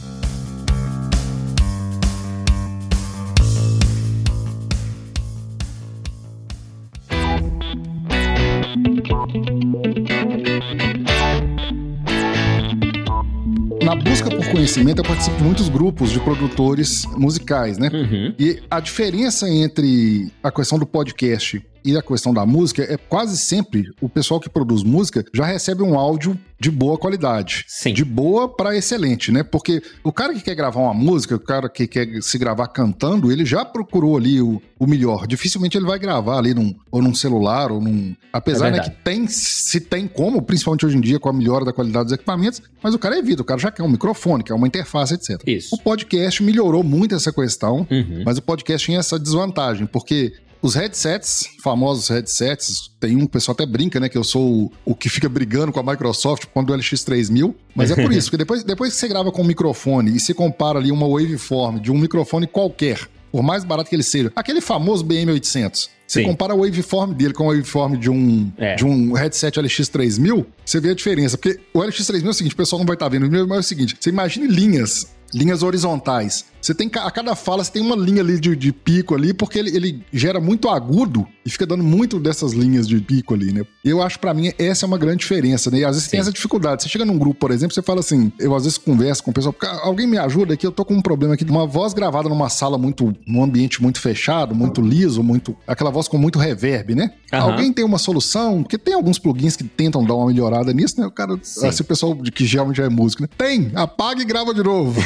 Na busca por conhecimento, eu participo de muitos grupos de produtores musicais, né? E a diferença entre a questão do podcast e a questão da música é quase sempre o pessoal que produz música já recebe um áudio de boa qualidade. Sim. De boa para excelente, né? Porque o cara que quer gravar uma música, o cara que quer se gravar cantando, ele já procurou ali o melhor. Dificilmente ele vai gravar ali num celular ou num... Apesar, né, que se tem como, principalmente hoje em dia com a melhora da qualidade dos equipamentos, mas o cara evita, o cara já quer um microfone, quer uma interface, etc. Isso. O podcast melhorou muito essa questão, mas o podcast tinha essa desvantagem, porque os headsets, famosos headsets, tem um pessoal até brinca, né, que eu sou o que fica brigando com a Microsoft quando o LX3000, mas é por isso, porque depois que você grava com um microfone e se compara ali uma waveform de um microfone qualquer, por mais barato que ele seja, aquele famoso BM800, você compara a waveform dele com a waveform de um headset LX3000, você vê a diferença, porque o LX3000 é o seguinte, o pessoal não vai estar vendo, mas é o seguinte, você imagine linhas horizontais. Você tem, a cada fala, você tem uma linha ali de pico ali, porque ele gera muito agudo e fica dando muito dessas linhas de pico ali, né? Eu acho, pra mim, essa é uma grande diferença, né? E às vezes tem essa dificuldade. Você chega num grupo, por exemplo, você fala assim, eu às vezes converso com o pessoal, alguém me ajuda aqui, eu tô com um problema aqui de uma voz gravada numa sala num ambiente muito fechado, muito liso, aquela voz com muito reverb, né? Alguém tem uma solução? Porque tem alguns plugins que tentam dar uma melhorada nisso, né? O cara, assim, o pessoal que geralmente já é músico, né? Tem! Apaga e grava de novo.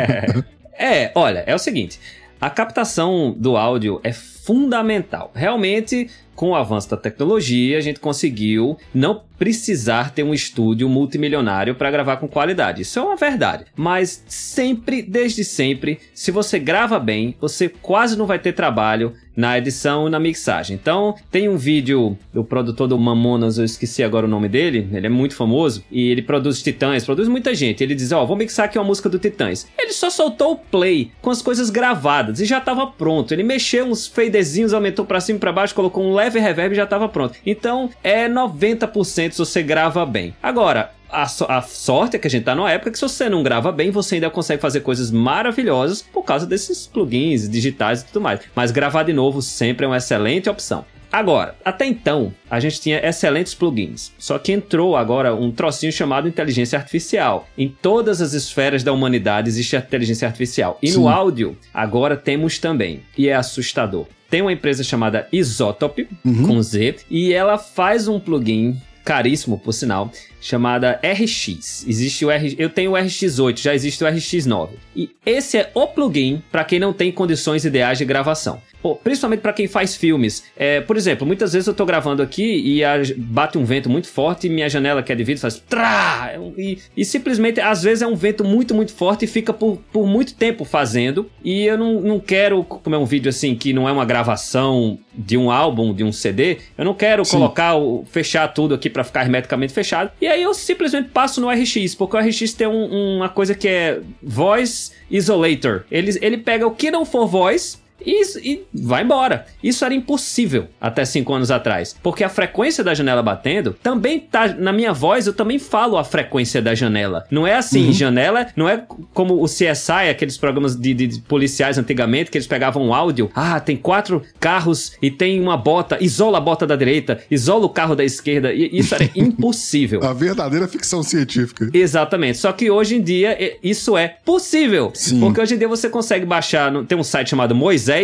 Olha, é o seguinte, a captação do áudio é fundamental. Realmente, com o avanço da tecnologia, a gente conseguiu não precisar ter um estúdio multimilionário para gravar com qualidade. Isso é uma verdade. Mas sempre, desde sempre, se você grava bem, você quase não vai ter trabalho na edição e na mixagem. Então, tem um vídeo do produtor do Mamonas, eu esqueci agora o nome dele, ele é muito famoso, e ele produz Titãs, produz muita gente. Ele diz, vou mixar aqui uma música do Titãs. Ele só soltou o play com as coisas gravadas e já estava pronto. Ele mexeu uns fadezinhos, aumentou para cima e para baixo, colocou um leve reverb e já estava pronto. Então, é 90% se você grava bem. Agora, a sorte é que a gente tá numa época que se você não grava bem, você ainda consegue fazer coisas maravilhosas por causa desses plugins digitais e tudo mais. Mas gravar de novo sempre é uma excelente opção. Agora, até então, a gente tinha excelentes plugins. Só que entrou agora um trocinho chamado inteligência artificial. Em todas as esferas da humanidade existe a inteligência artificial. E no áudio, agora temos também. E é assustador. Tem uma empresa chamada Isotope, com Z, e ela faz um plugin caríssimo, por sinal, chamada RX. Existe eu tenho o RX8, já existe o RX9. E esse é o plugin para quem não tem condições ideais de gravação. Principalmente para quem faz filmes. Por exemplo, muitas vezes eu tô gravando aqui e bate um vento muito forte e minha janela que é de vidro faz trá! E simplesmente, às vezes é um vento muito, muito forte e fica por muito tempo fazendo. E eu não quero, como é um vídeo assim que não é uma gravação de um álbum, de um CD, eu não quero fechar tudo aqui para ficar hermeticamente fechado. E aí eu simplesmente passo no RX, porque o RX tem uma coisa que é Voice Isolator. Ele pega o que não for voz e vai embora. Isso era impossível até 5 anos atrás, porque a frequência da janela batendo também tá na minha voz. Eu também falo a frequência da janela. Não é assim, janela não é como o CSI, aqueles programas de policiais antigamente, que eles pegavam um áudio, tem 4 carros e tem uma bota, isola a bota da direita, isola o carro da esquerda, e isso era impossível. A verdadeira ficção científica. Exatamente, só que hoje em dia isso é possível. Sim. Porque hoje em dia você consegue baixar, tem um site chamado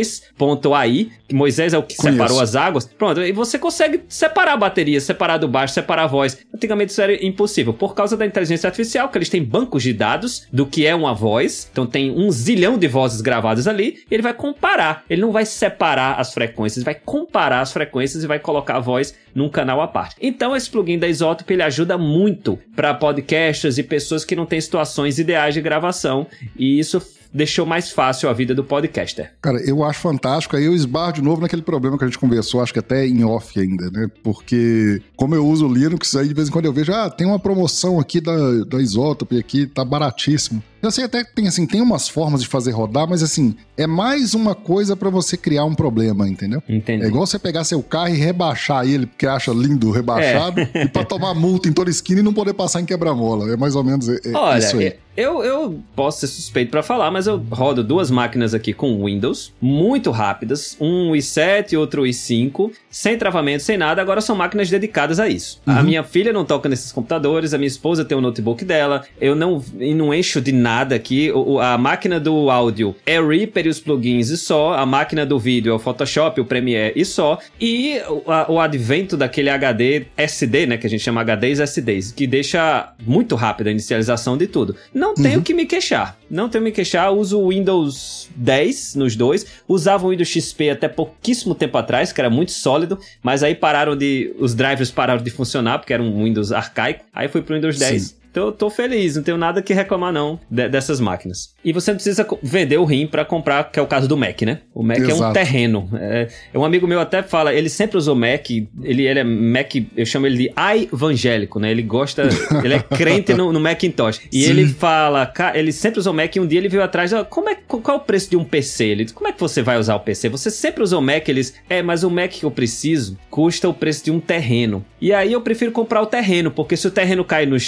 Moisés.ai, que Moisés é o que separou as águas. Pronto, e você consegue separar a bateria, separar do baixo, separar a voz. Antigamente isso era impossível, por causa da inteligência artificial, que eles têm bancos de dados do que é uma voz. Então tem 1 zilhão de vozes gravadas ali, e ele vai comparar. Ele não vai separar as frequências, ele vai comparar as frequências e vai colocar a voz num canal à parte. Então esse plugin da Isotope, ele ajuda muito para podcasters e pessoas que não têm situações ideais de gravação, e isso deixou mais fácil a vida do podcaster. Cara, eu acho fantástico. Aí eu esbarro de novo naquele problema que a gente conversou, acho que até em off ainda, né? Porque como eu uso o Linux, aí de vez em quando eu vejo, tem uma promoção aqui da Isotope aqui, tá baratíssimo. Eu sei até que tem umas formas de fazer rodar, mas assim, é mais uma coisa pra você criar um problema, entendeu? Entendi. É igual você pegar seu carro e rebaixar ele, porque acha lindo rebaixado, e pra tomar multa em toda esquina e não poder passar em quebra-mola. É mais ou menos Olha, isso aí. Eu posso ser suspeito pra falar, mas eu rodo 2 máquinas aqui com Windows, muito rápidas, um i7 e outro i5, sem travamento, sem nada. Agora são máquinas dedicadas a isso. A minha filha não toca nesses computadores, a minha esposa tem o notebook dela, eu não encho de nada aqui. A máquina do áudio é o Reaper e os plugins e só, a máquina do vídeo é o Photoshop, o Premiere e só, e o advento daquele HD SD, né, que a gente chama HDs SDs, que deixa muito rápida a inicialização de tudo. Não tenho que me queixar. Não tenho que me queixar. Uso o Windows 10 nos dois. Usava o Windows XP até pouquíssimo tempo atrás, que era muito sólido, mas aí os drivers pararam de funcionar, porque era um Windows arcaico. Aí fui pro Windows 10. Sim. Tô feliz, não tenho nada que reclamar não dessas máquinas. E você não precisa vender o rim pra comprar, que é o caso do Mac, né? O Mac é um terreno. Um amigo meu até fala, ele sempre usou Mac, ele é Mac, eu chamo ele de evangélico, né? Ele gosta, ele é crente no Macintosh. E ele fala, ele sempre usou Mac e um dia ele veio atrás, qual é o preço de um PC? Ele diz, como é que você vai usar o PC? Você sempre usou Mac? Eles, mas o Mac que eu preciso custa o preço de um terreno. E aí eu prefiro comprar o terreno, porque se o terreno cair no chão, ele não quebra.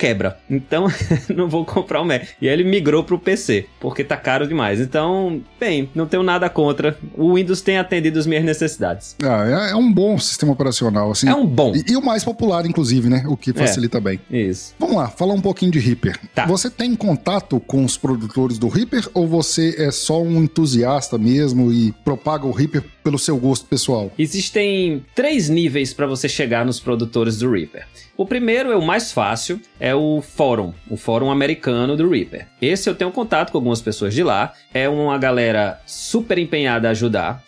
quebra. Então, não vou comprar o Mac. E aí ele migrou pro PC, porque tá caro demais. Então, bem, não tenho nada contra. O Windows tem atendido as minhas necessidades. É um bom sistema operacional, assim. É um bom. E o mais popular, inclusive, né? O que facilita bem. Isso. Vamos lá, falar um pouquinho de Reaper. Tá. Você tem contato com os produtores do Reaper ou você é só um entusiasta mesmo e propaga o Reaper pelo seu gosto pessoal? Existem 3 níveis para você chegar nos produtores do Reaper. O primeiro é o mais fácil, é o fórum americano do Reaper. Esse eu tenho contato com algumas pessoas de lá, é uma galera super empenhada a ajudar.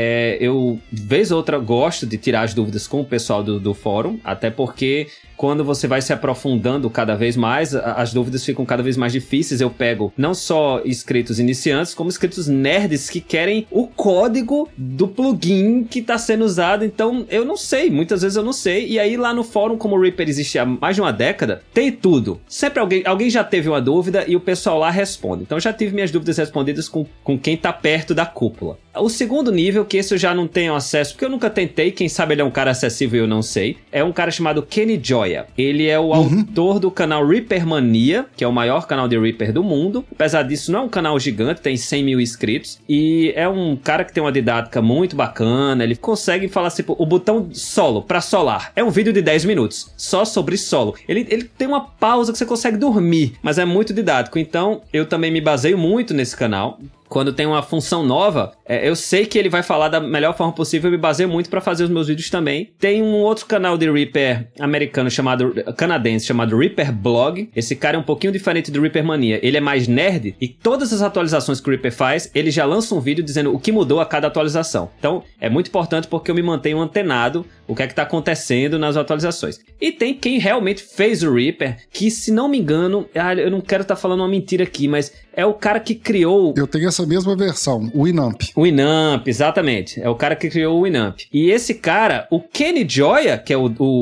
Eu, vez ou outra, gosto de tirar as dúvidas com o pessoal do fórum, até porque quando você vai se aprofundando cada vez mais, as dúvidas ficam cada vez mais difíceis. Eu pego não só inscritos iniciantes, como inscritos nerds que querem o código do plugin que está sendo usado. Então, eu não sei, muitas vezes eu não sei. E aí, lá no fórum, como o Reaper existe há mais de uma década, tem tudo. Sempre alguém já teve uma dúvida e o pessoal lá responde. Então, eu já tive minhas dúvidas respondidas com quem está perto da cúpula. O segundo nível, que esse eu já não tenho acesso, porque eu nunca tentei, quem sabe ele é um cara acessível e eu não sei, é um cara chamado Kenny Gioia. Ele é o autor do canal Reaper Mania, que é o maior canal de Reaper do mundo. Apesar disso, não é um canal gigante, tem 100 mil inscritos. E é um cara que tem uma didática muito bacana. Ele consegue falar assim, o botão solo pra solar. É um vídeo de 10 minutos, só sobre solo. Ele tem uma pausa que você consegue dormir, mas é muito didático. Então, eu também me baseio muito nesse canal. Quando tem uma função nova, eu sei que ele vai falar da melhor forma possível, eu me baseio muito para fazer os meus vídeos também. Tem um outro canal de Reaper americano canadense, chamado Reaper Blog. Esse cara é um pouquinho diferente do Reaper Mania. Ele é mais nerd e todas as atualizações que o Reaper faz, ele já lança um vídeo dizendo o que mudou a cada atualização. Então, é muito importante porque eu me mantenho antenado o que é que tá acontecendo nas atualizações. E tem quem realmente fez o Reaper, que se não me engano, eu não quero estar falando uma mentira aqui, mas é o cara que criou... Eu tenho essa mesma versão, o Winamp. O Winamp, exatamente. É o cara que criou o Winamp. E esse cara, o Kenny Gioia, que é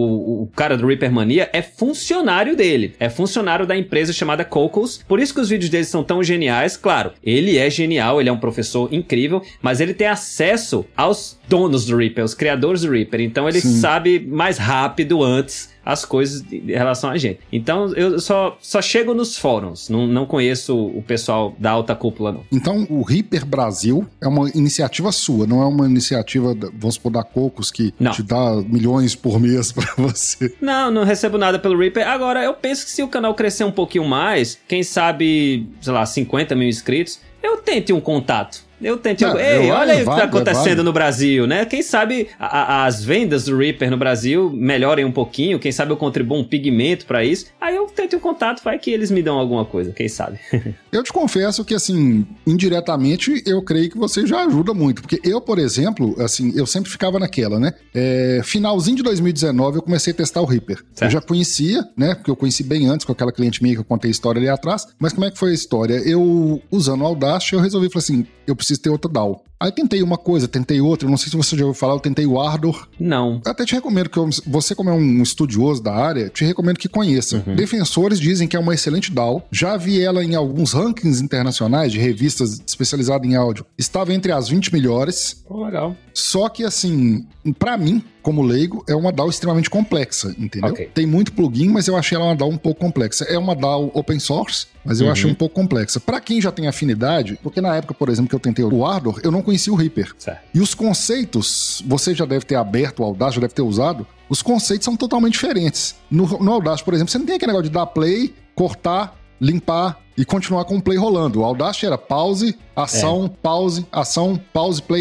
o cara do Reaper Mania, é funcionário dele. É funcionário da empresa chamada Cocos. Por isso que os vídeos dele são tão geniais. Claro, ele é genial, ele é um professor incrível, mas ele tem acesso aos donos do Reaper, os criadores do Reaper. Então ele sabe mais rápido antes as coisas em relação a gente. Então eu só chego nos fóruns, não conheço o pessoal da alta cúpula, não. Então o Reaper Brasil é uma iniciativa sua, não é uma iniciativa, vamos supor, da Cocos, que te dá milhões por mês pra você. Não recebo nada pelo Reaper. Agora, eu penso que se o canal crescer um pouquinho mais, quem sabe, sei lá, 50 mil inscritos, eu tente um contato. Eu tentei. Olha aí o que tá acontecendo no Brasil, né? Quem sabe as vendas do Reaper no Brasil melhorem um pouquinho. Quem sabe eu contribuo um pigmento pra isso. Aí eu tento um contato, vai que eles me dão alguma coisa. Quem sabe? Eu te confesso que, assim, indiretamente, eu creio que você já ajuda muito. Porque eu, por exemplo, assim, eu sempre ficava naquela, né? Finalzinho de 2019, eu comecei a testar o Reaper. Certo. Eu já conhecia, né? Porque eu conheci bem antes com aquela cliente minha que eu contei a história ali atrás. Mas como é que foi a história? Eu, usando o Audacity, eu resolvi, falei assim, eu preciso ter outra DAW. Aí tentei uma coisa, tentei outra, não sei se você já ouviu falar, eu tentei o Ardor. Não. Eu até te recomendo que você, como é um estudioso da área, te recomendo que conheça. Defensores dizem que é uma excelente DAW. Já vi ela em alguns rankings internacionais de revistas especializadas em áudio. Estava entre as 20 melhores. Legal. Só que, assim, pra mim, como leigo, é uma DAW extremamente complexa, entendeu? Okay. Tem muito plugin, mas eu achei ela uma DAW um pouco complexa. É uma DAW open source, mas eu achei um pouco complexa. Pra quem já tem afinidade, porque na época, por exemplo, que eu tentei o Ardor, eu não conhecia o Reaper. Certo. E os conceitos, você já deve ter aberto o Audacity, já deve ter usado, os conceitos são totalmente diferentes. No Audacity, por exemplo, você não tem aquele negócio de dar play, cortar, limpar e continuar com o play rolando. O Audacity era pause, ação, pause, ação, pause, play,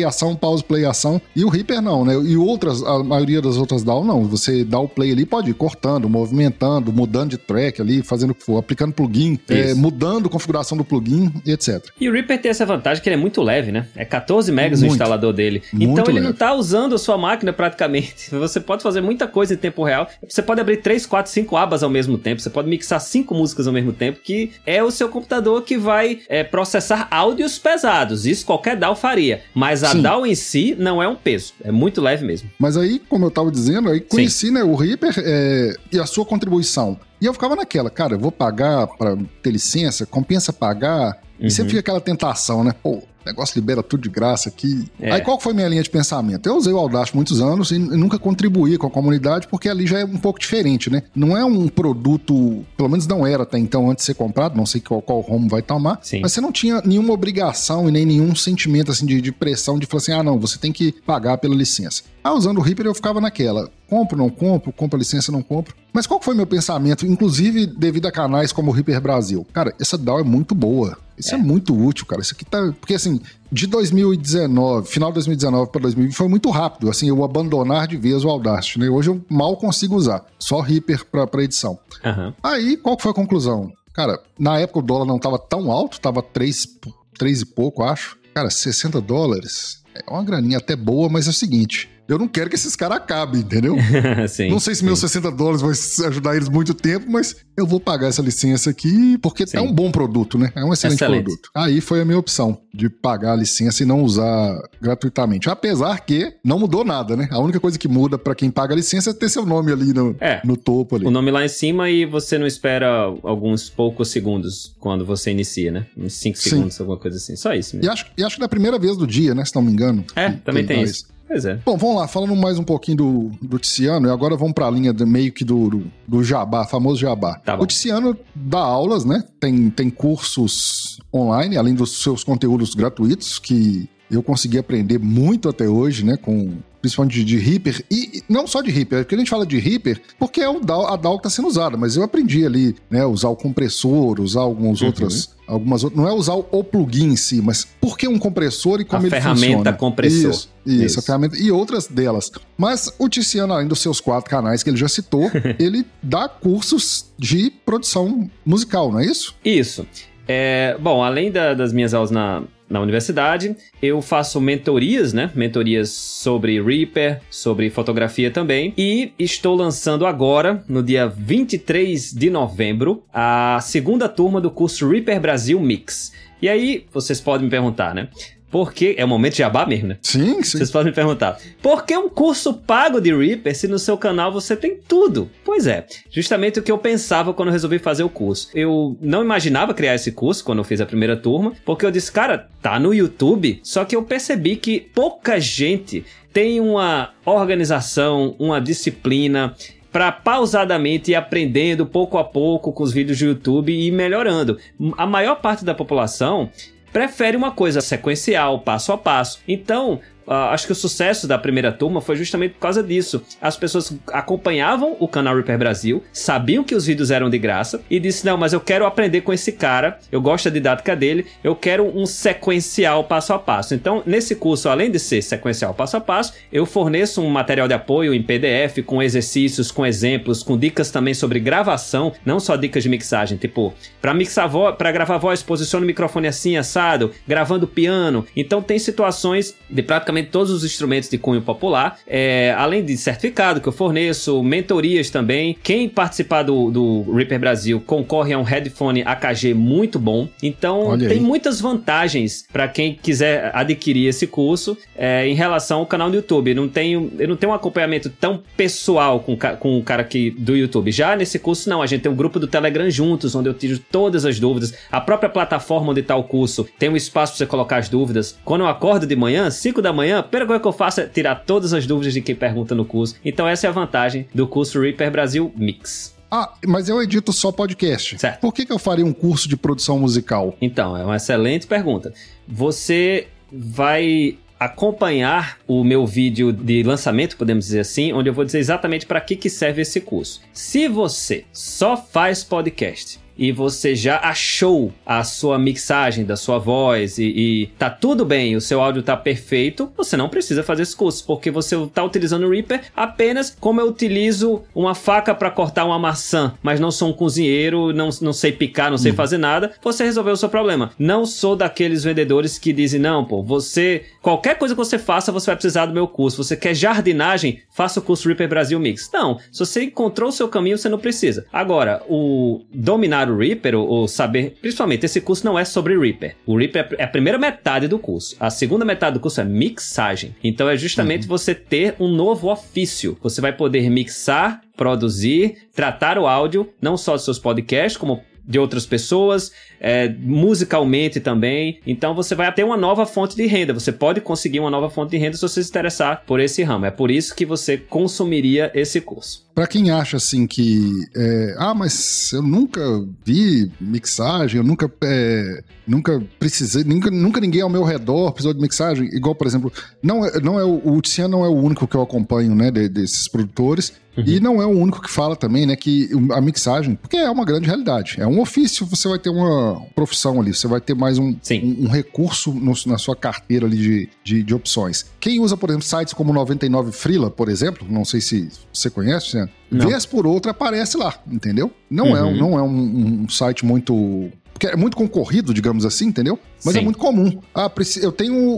ação. E o Reaper não, né? E a maioria das outras DAW não. Você dá o play ali, pode ir cortando, movimentando, mudando de track ali, fazendo o que for, aplicando plugin, mudando a configuração do plugin e etc. E o Reaper tem essa vantagem que ele é muito leve, né? É 14 megas o instalador dele. Então ele não tá usando a sua máquina praticamente. Você pode fazer muita coisa em tempo real. Você pode abrir 3, 4, 5 abas ao mesmo tempo. Você pode mixar 5 músicas ao mesmo tempo, que é o seu computador que vai processar áudios pesados. Isso qualquer DAW faria. Mas a DAW em si não é um peso. É muito leve mesmo. Mas aí, como eu tava dizendo, aí conheci, né, o Reaper e a sua contribuição. E eu ficava naquela, cara, eu vou pagar pra ter licença, compensa pagar. E sempre fica aquela tentação, né? Pô, O negócio libera tudo de graça aqui. Aí qual foi minha linha de pensamento? Eu usei o Audacity muitos anos e nunca contribuí com a comunidade, porque ali já é um pouco diferente, né? Não é um produto, pelo menos não era até então, antes de ser comprado, não sei qual rumo vai tomar, Sim. mas você não tinha nenhuma obrigação e nem nenhum sentimento assim de pressão de falar assim, não, você tem que pagar pela licença. Usando o Reaper eu ficava naquela, compro, não compro, compro a licença, não compro. Mas qual foi meu pensamento, inclusive devido a canais como o Reaper Brasil? Cara, essa DAW é muito boa. Isso é muito útil, cara. Isso aqui tá... Porque, assim, de 2019, final de 2019 para 2020 foi muito rápido, assim, eu abandonar de vez o Audacity, né? Hoje eu mal consigo usar, só Reaper pra edição. Uhum. Aí, qual que foi a conclusão? Cara, na época o dólar não tava tão alto, tava 3 e pouco, acho. Cara, $60 é uma graninha até boa, mas é o seguinte... Eu não quero que esses caras acabem, entendeu? Sim, não sei se meus $60 vai ajudar eles muito tempo, mas eu vou pagar essa licença aqui porque é um bom produto, né? É um excelente produto. Aí foi a minha opção de pagar a licença e não usar gratuitamente. Apesar que não mudou nada, né? A única coisa que muda pra quem paga a licença é ter seu nome ali no topo ali. O nome lá em cima e você não espera alguns poucos segundos quando você inicia, né? Uns 5 segundos, alguma coisa assim. Só isso mesmo. E acho que da primeira vez do dia, né? Se não me engano. Também tem isso. Pois é. Bom, vamos lá, falando mais um pouquinho do Tiziano, e agora vamos pra linha meio que do Jabá, famoso Jabá. Tá bom. O Tiziano dá aulas, né? Tem cursos online, além dos seus conteúdos gratuitos, que eu consegui aprender muito até hoje, né? Principalmente de Reaper, e não só de Reaper, porque a gente fala de Reaper porque é a DAW que está sendo usada, mas eu aprendi ali, né, usar o compressor, usar algumas outras, não é usar o plugin em si, mas por que um compressor e como ele funciona. A ferramenta compressor. Isso, a ferramenta e outras delas. Mas o Tiziano, além dos seus 4 canais que ele já citou, ele dá cursos de produção musical, não é isso? Isso. Bom, além das minhas aulas na universidade, eu faço mentorias, né? Mentorias sobre Reaper, sobre fotografia também. E estou lançando agora, no dia 23 de novembro, a segunda turma do curso Reaper Brasil Mix. E aí, vocês podem me perguntar, né? Porque é o momento de jabá mesmo, né? Sim. Vocês podem me perguntar, por que um curso pago de Reaper se no seu canal você tem tudo? Pois é, justamente o que eu pensava quando eu resolvi fazer o curso. Eu não imaginava criar esse curso quando eu fiz a primeira turma, porque eu disse, cara, tá no YouTube, só que eu percebi que pouca gente tem uma organização, uma disciplina para pausadamente ir aprendendo pouco a pouco com os vídeos do YouTube e ir melhorando. A maior parte da população prefere uma coisa sequencial, passo a passo. Então, acho que o sucesso da primeira turma foi justamente por causa disso. As pessoas acompanhavam o canal Reaper Brasil, sabiam que os vídeos eram de graça e disse, não, mas eu quero aprender com esse cara, eu gosto da didática dele, eu quero um sequencial passo a passo. Então, nesse curso, além de ser sequencial passo a passo, eu forneço um material de apoio em PDF, com exercícios, com exemplos, com dicas também sobre gravação, não só dicas de mixagem, tipo, para gravar voz, posiciona o microfone assim, assado, gravando piano. Então, tem situações de praticamente todos os instrumentos de cunho popular, além de certificado que eu forneço, mentorias também. Quem participar do Reaper Brasil concorre a um headphone AKG muito bom. Então tem muitas vantagens para quem quiser adquirir esse curso em relação ao canal do YouTube. Eu não tenho um acompanhamento tão pessoal com o cara aqui do YouTube. Já nesse curso não, a gente tem um grupo do Telegram juntos, onde eu tiro todas as dúvidas. A própria plataforma onde está o curso tem um espaço para você colocar as dúvidas. Quando eu acordo de manhã, 5 da manhã, a primeira coisa que eu faço é tirar todas as dúvidas de quem pergunta no curso. Então essa é a vantagem do curso Reaper Brasil Mix. Mas eu edito só podcast. Certo. Por que eu faria um curso de produção musical? Então, é uma excelente pergunta. Você vai acompanhar o meu vídeo de lançamento, podemos dizer assim, onde eu vou dizer exatamente para que serve esse curso. Se você só faz podcast e você já achou a sua mixagem da sua voz e tá tudo bem, o seu áudio tá perfeito, você não precisa fazer esse curso, porque você tá utilizando o Reaper apenas como eu utilizo uma faca para cortar uma maçã, mas não sou um cozinheiro, não sei picar, não sei fazer nada, você resolveu o seu problema. Não sou daqueles vendedores que dizem, não, qualquer coisa que você faça, você vai precisar do meu curso. Você quer jardinagem? Faça o curso Reaper Brasil Mix. Não, se você encontrou o seu caminho, você não precisa. Agora, o dominar o Reaper, ou saber, principalmente, esse curso não é sobre Reaper. O Reaper é a primeira metade do curso. A segunda metade do curso é mixagem. Então é justamente você ter um novo ofício. Você vai poder mixar, produzir, tratar o áudio, não só dos seus podcasts, como de outras pessoas, musicalmente também. Então você vai ter uma nova fonte de renda. Você pode conseguir uma nova fonte de renda se você se interessar por esse ramo. É por isso que você consumiria esse curso. Pra quem acha assim que... mas eu nunca vi mixagem, eu nunca precisei... Nunca ninguém ao meu redor precisou de mixagem. Igual, por exemplo, o Tiziano não é o único que eu acompanho, né, desses produtores. E não é o único que fala também, né, que a mixagem, porque é uma grande realidade, é um ofício, você vai ter uma profissão ali, você vai ter mais um recurso na sua carteira ali de opções. Quem usa, por exemplo, sites como 99 Freela, por exemplo, não sei se você conhece, né? Vez por outra aparece lá, entendeu? Não é um site muito... Porque é muito concorrido, digamos assim, entendeu? Mas é muito comum. Eu tenho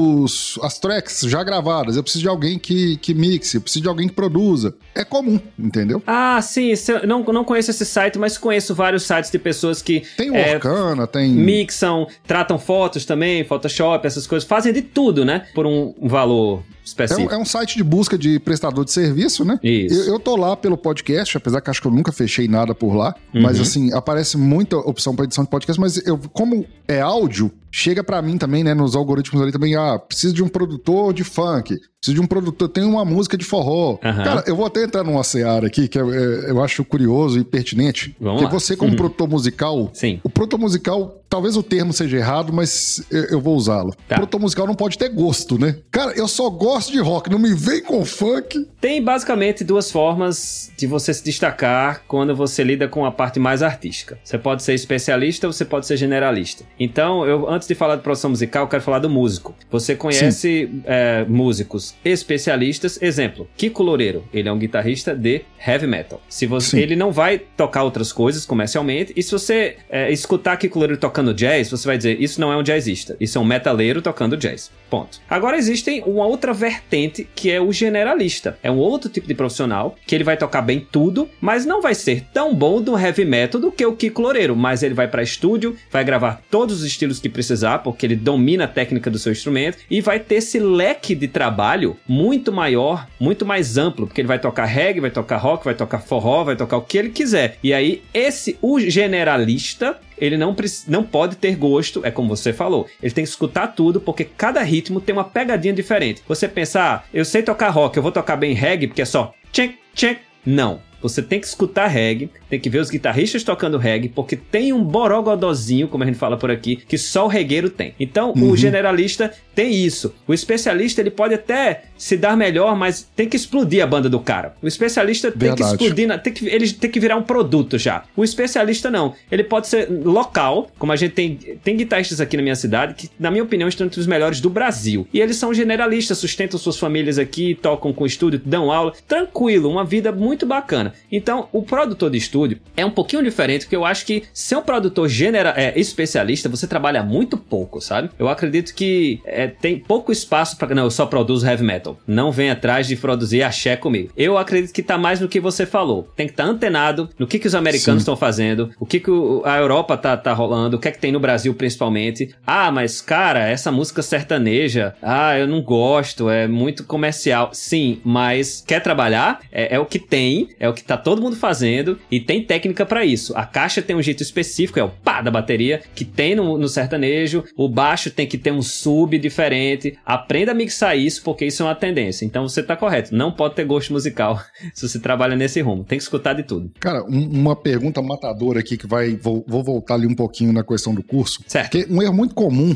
as tracks já gravadas, eu preciso de alguém que mixe, eu preciso de alguém que produza. É comum, entendeu? Sim. Eu não conheço esse site, mas conheço vários sites de pessoas que... Tem o Orkana, tem... Mixam, tratam fotos também, Photoshop, essas coisas. Fazem de tudo, né? Por um valor específico. É um site de busca de prestador de serviço, né? Isso. Eu tô lá pelo podcast, apesar que acho que eu nunca fechei nada por lá. Mas, assim, aparece muita opção para edição de podcast, mas como é áudio, chega pra mim também, né, nos algoritmos ali também, preciso de um produtor de funk, preciso de um produtor, tem uma música de forró. Cara, eu vou até entrar numa seara aqui, que eu acho curioso e pertinente. Vamos porque lá. Você, como produtor musical, o produtor musical, talvez o termo seja errado, mas eu vou usá-lo. Tá. O produtor musical não pode ter gosto, né? Cara, eu só gosto de rock, não me vem com funk. Tem basicamente duas formas de você se destacar quando você lida com a parte mais artística. Você pode ser especialista ou você pode ser generalista. Então, antes de falar de produção musical, eu quero falar do músico. Você conhece músicos especialistas. Exemplo, Kiko Loureiro. Ele é um guitarrista de heavy metal. Ele não vai tocar outras coisas comercialmente. E se você escutar Kiko Loureiro tocando jazz, você vai dizer, isso não é um jazzista. Isso é um metaleiro tocando jazz. Ponto. Agora existe uma outra vertente que é o generalista. É um outro tipo de profissional que ele vai tocar bem tudo, mas não vai ser tão bom do heavy metal do que o Kiko Loureiro. Mas ele vai para estúdio, vai gravar todos os estilos que precisar, porque ele domina a técnica do seu instrumento e vai ter esse leque de trabalho muito maior, muito mais amplo, porque ele vai tocar reggae, vai tocar rock, vai tocar forró, vai tocar o que ele quiser. E aí, o generalista, ele não pode ter gosto, é como você falou. Ele tem que escutar tudo, porque cada ritmo tem uma pegadinha diferente. Você pensa, eu sei tocar rock, eu vou tocar bem reggae, porque é só tchek, tchek. Não. Você tem que escutar reggae, tem que ver os guitarristas tocando reggae, porque tem um borogodozinho, como a gente fala por aqui, que só o regueiro tem. Então, o generalista tem isso. O especialista, ele pode até se dar melhor, mas tem que explodir a banda do cara. O especialista tem que explodir, ele tem que virar um produto já. O especialista não. Ele pode ser local, como a gente tem guitarristas aqui na minha cidade, que, na minha opinião, estão entre os melhores do Brasil. E eles são generalistas, sustentam suas famílias aqui, tocam com estúdio, dão aula. Tranquilo, uma vida muito bacana. Então, o produtor de estúdio é um pouquinho diferente, porque eu acho que ser um produtor especialista, você trabalha muito pouco, sabe? Eu acredito que tem pouco espaço para... Não, eu só produzo heavy metal. Não vem atrás de produzir axé comigo. Eu acredito que tá mais no que você falou. Tem que estar antenado no que os americanos estão fazendo, o que a Europa tá rolando, o que é que tem no Brasil principalmente. Mas, cara, essa música sertaneja, eu não gosto, é muito comercial. Sim, mas quer trabalhar? É o que tem, é o que tá todo mundo fazendo e tem técnica pra isso. A caixa tem um jeito específico, é o pá da bateria, que tem no sertanejo. O baixo tem que ter um sub diferente. Aprenda a mixar isso, porque isso é uma tendência. Então você tá correto, não pode ter gosto musical se você trabalha nesse rumo. Tem que escutar de tudo. Cara, uma pergunta matadora aqui que vou voltar ali um pouquinho na questão do curso. Certo. Porque um erro muito comum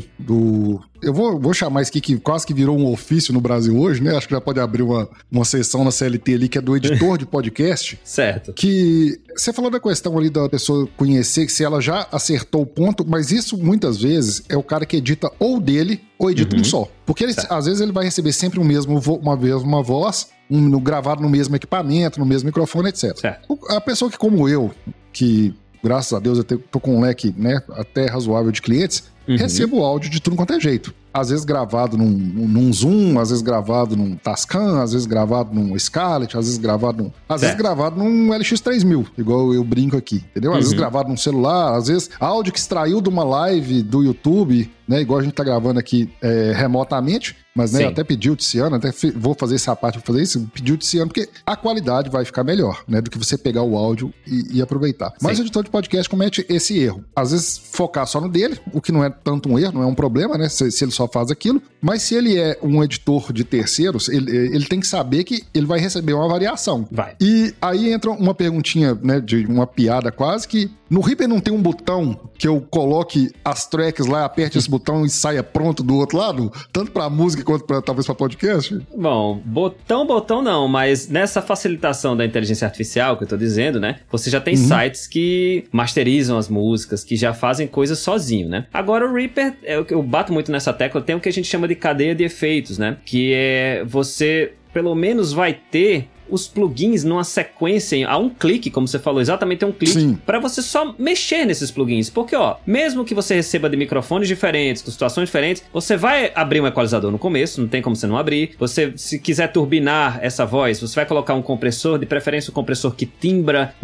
eu vou chamar isso aqui, que quase que virou um ofício no Brasil hoje, né? Acho que já pode abrir uma seção na CLT ali, que é do editor de podcast. Certo. Que você falou da questão ali da pessoa conhecer, que se ela já acertou o ponto, mas isso muitas vezes é o cara que edita ou dele ou edita um só. Porque às vezes ele vai receber sempre uma mesma voz, gravado no mesmo equipamento, no mesmo microfone, etc. Certo. A pessoa que, como eu, que graças a Deus eu tô com um leque, né, até razoável de clientes, recebo o áudio de tudo quanto é jeito. Às vezes gravado num Zoom, às vezes gravado num Tascam, às vezes gravado num Scarlett, às vezes gravado num LX3000, igual eu brinco aqui, entendeu? Às vezes gravado num celular, às vezes áudio que extraiu de uma live do YouTube, né, igual a gente tá gravando aqui remotamente, Mas, né, Sim. eu até pedi o Tiziano, vou fazer essa parte, vou fazer isso, pedi o Tiziano, porque a qualidade vai ficar melhor, né, do que você pegar o áudio e aproveitar. Mas o editor de podcast comete esse erro. Às vezes, focar só no dele, o que não é tanto um erro, não é um problema, né, se ele só faz aquilo. Mas se ele é um editor de terceiros, ele tem que saber que ele vai receber uma variação. Vai. E aí entra uma perguntinha, né, de uma piada quase, que no Reaper não tem um botão que eu coloque as tracks lá, aperte esse botão e saia pronto do outro lado? Tanto pra música quanto talvez pra podcast? Bom, botão não, mas nessa facilitação da inteligência artificial que eu tô dizendo, né? Você já tem sites que masterizam as músicas, que já fazem coisas sozinho, né? Agora o Reaper, eu bato muito nessa tecla, tem o que a gente chama de cadeia de efeitos, né? Que é você, pelo menos vai ter os plugins numa sequência, a um clique, como você falou, exatamente um clique, para você só mexer nesses plugins. Porque, ó, mesmo que você receba de microfones diferentes, com situações diferentes, você vai abrir um equalizador no começo, não tem como você não abrir. Você, se quiser turbinar essa voz, você vai colocar um compressor, de preferência um compressor que timbra,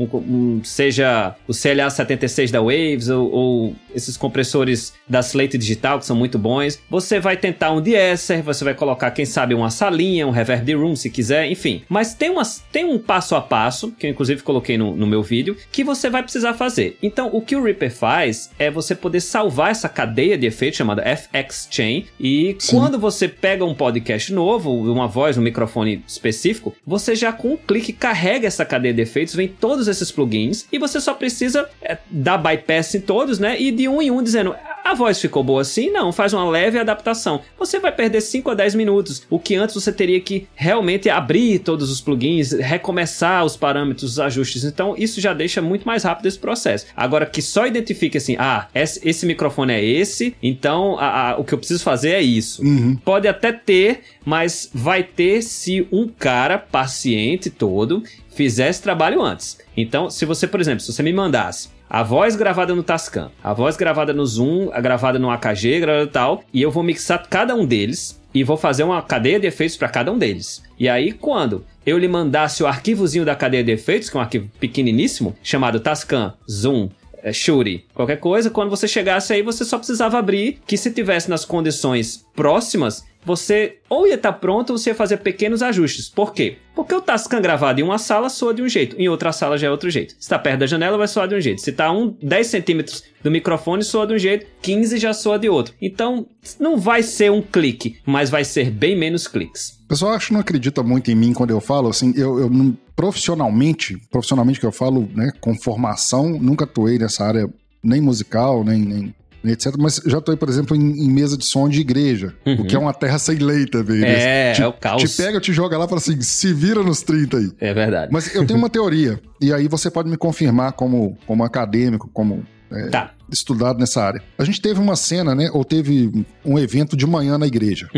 seja o CLA76 da Waves ou esses compressores da Slate Digital, que são muito bons. Você vai tentar um de-esser, você vai colocar, quem sabe, uma salinha, um reverb de room, se quiser, enfim. Mas tem um passo a passo, que eu inclusive coloquei no meu vídeo, que você vai precisar fazer. Então, o que o Reaper faz é você poder salvar essa cadeia de efeitos chamada FX Chain, e quando você pega um podcast novo, uma voz, um microfone específico, você já com um clique carrega essa cadeia de efeitos, vem todos esses plugins, e você só precisa dar bypass em todos, né? E de um em um dizendo: a voz ficou boa assim? Não, faz uma leve adaptação. Você vai perder 5 a 10 minutos, o que antes você teria que realmente abrir todos os plugins, recomeçar os parâmetros, os ajustes. Então, isso já deixa muito mais rápido esse processo. Agora, que só identifique assim, esse microfone é esse, então o que eu preciso fazer é isso. Pode até ter, mas vai ter se um cara paciente todo fizer esse trabalho antes. Então, se você, por exemplo, se você me mandasse a voz gravada no Tascam, a voz gravada no Zoom, a gravada no AKG, gravada tal, e eu vou mixar cada um deles e vou fazer uma cadeia de efeitos para cada um deles. E aí, quando eu lhe mandasse o arquivozinho da cadeia de efeitos, que é um arquivo pequeniníssimo, chamado Tascam, Zoom, Shure, qualquer coisa, quando você chegasse aí, você só precisava abrir, que se tivesse nas condições próximas, você ou ia estar pronto ou você ia fazer pequenos ajustes. Por quê? Porque o Tascam gravado em uma sala soa de um jeito, em outra sala já é outro jeito. Se está perto da janela, vai soar de um jeito. Se está 10 centímetros do microfone, soa de um jeito, 15 já soa de outro. Então, não vai ser um clique, mas vai ser bem menos cliques. O pessoal acho que não acredita muito em mim quando eu falo, assim, eu não, profissionalmente que eu falo, né, com formação, nunca atuei nessa área nem musical, nem etc. Mas já atuei, por exemplo, em mesa de som de igreja, o que é uma terra sem lei também. É o caos. Te pega, te joga lá e fala assim, se vira nos 30 aí. É verdade. Mas eu tenho uma teoria, e aí você pode me confirmar como acadêmico, como estudado nessa área. A gente teve uma cena, né, ou teve um evento de manhã na igreja,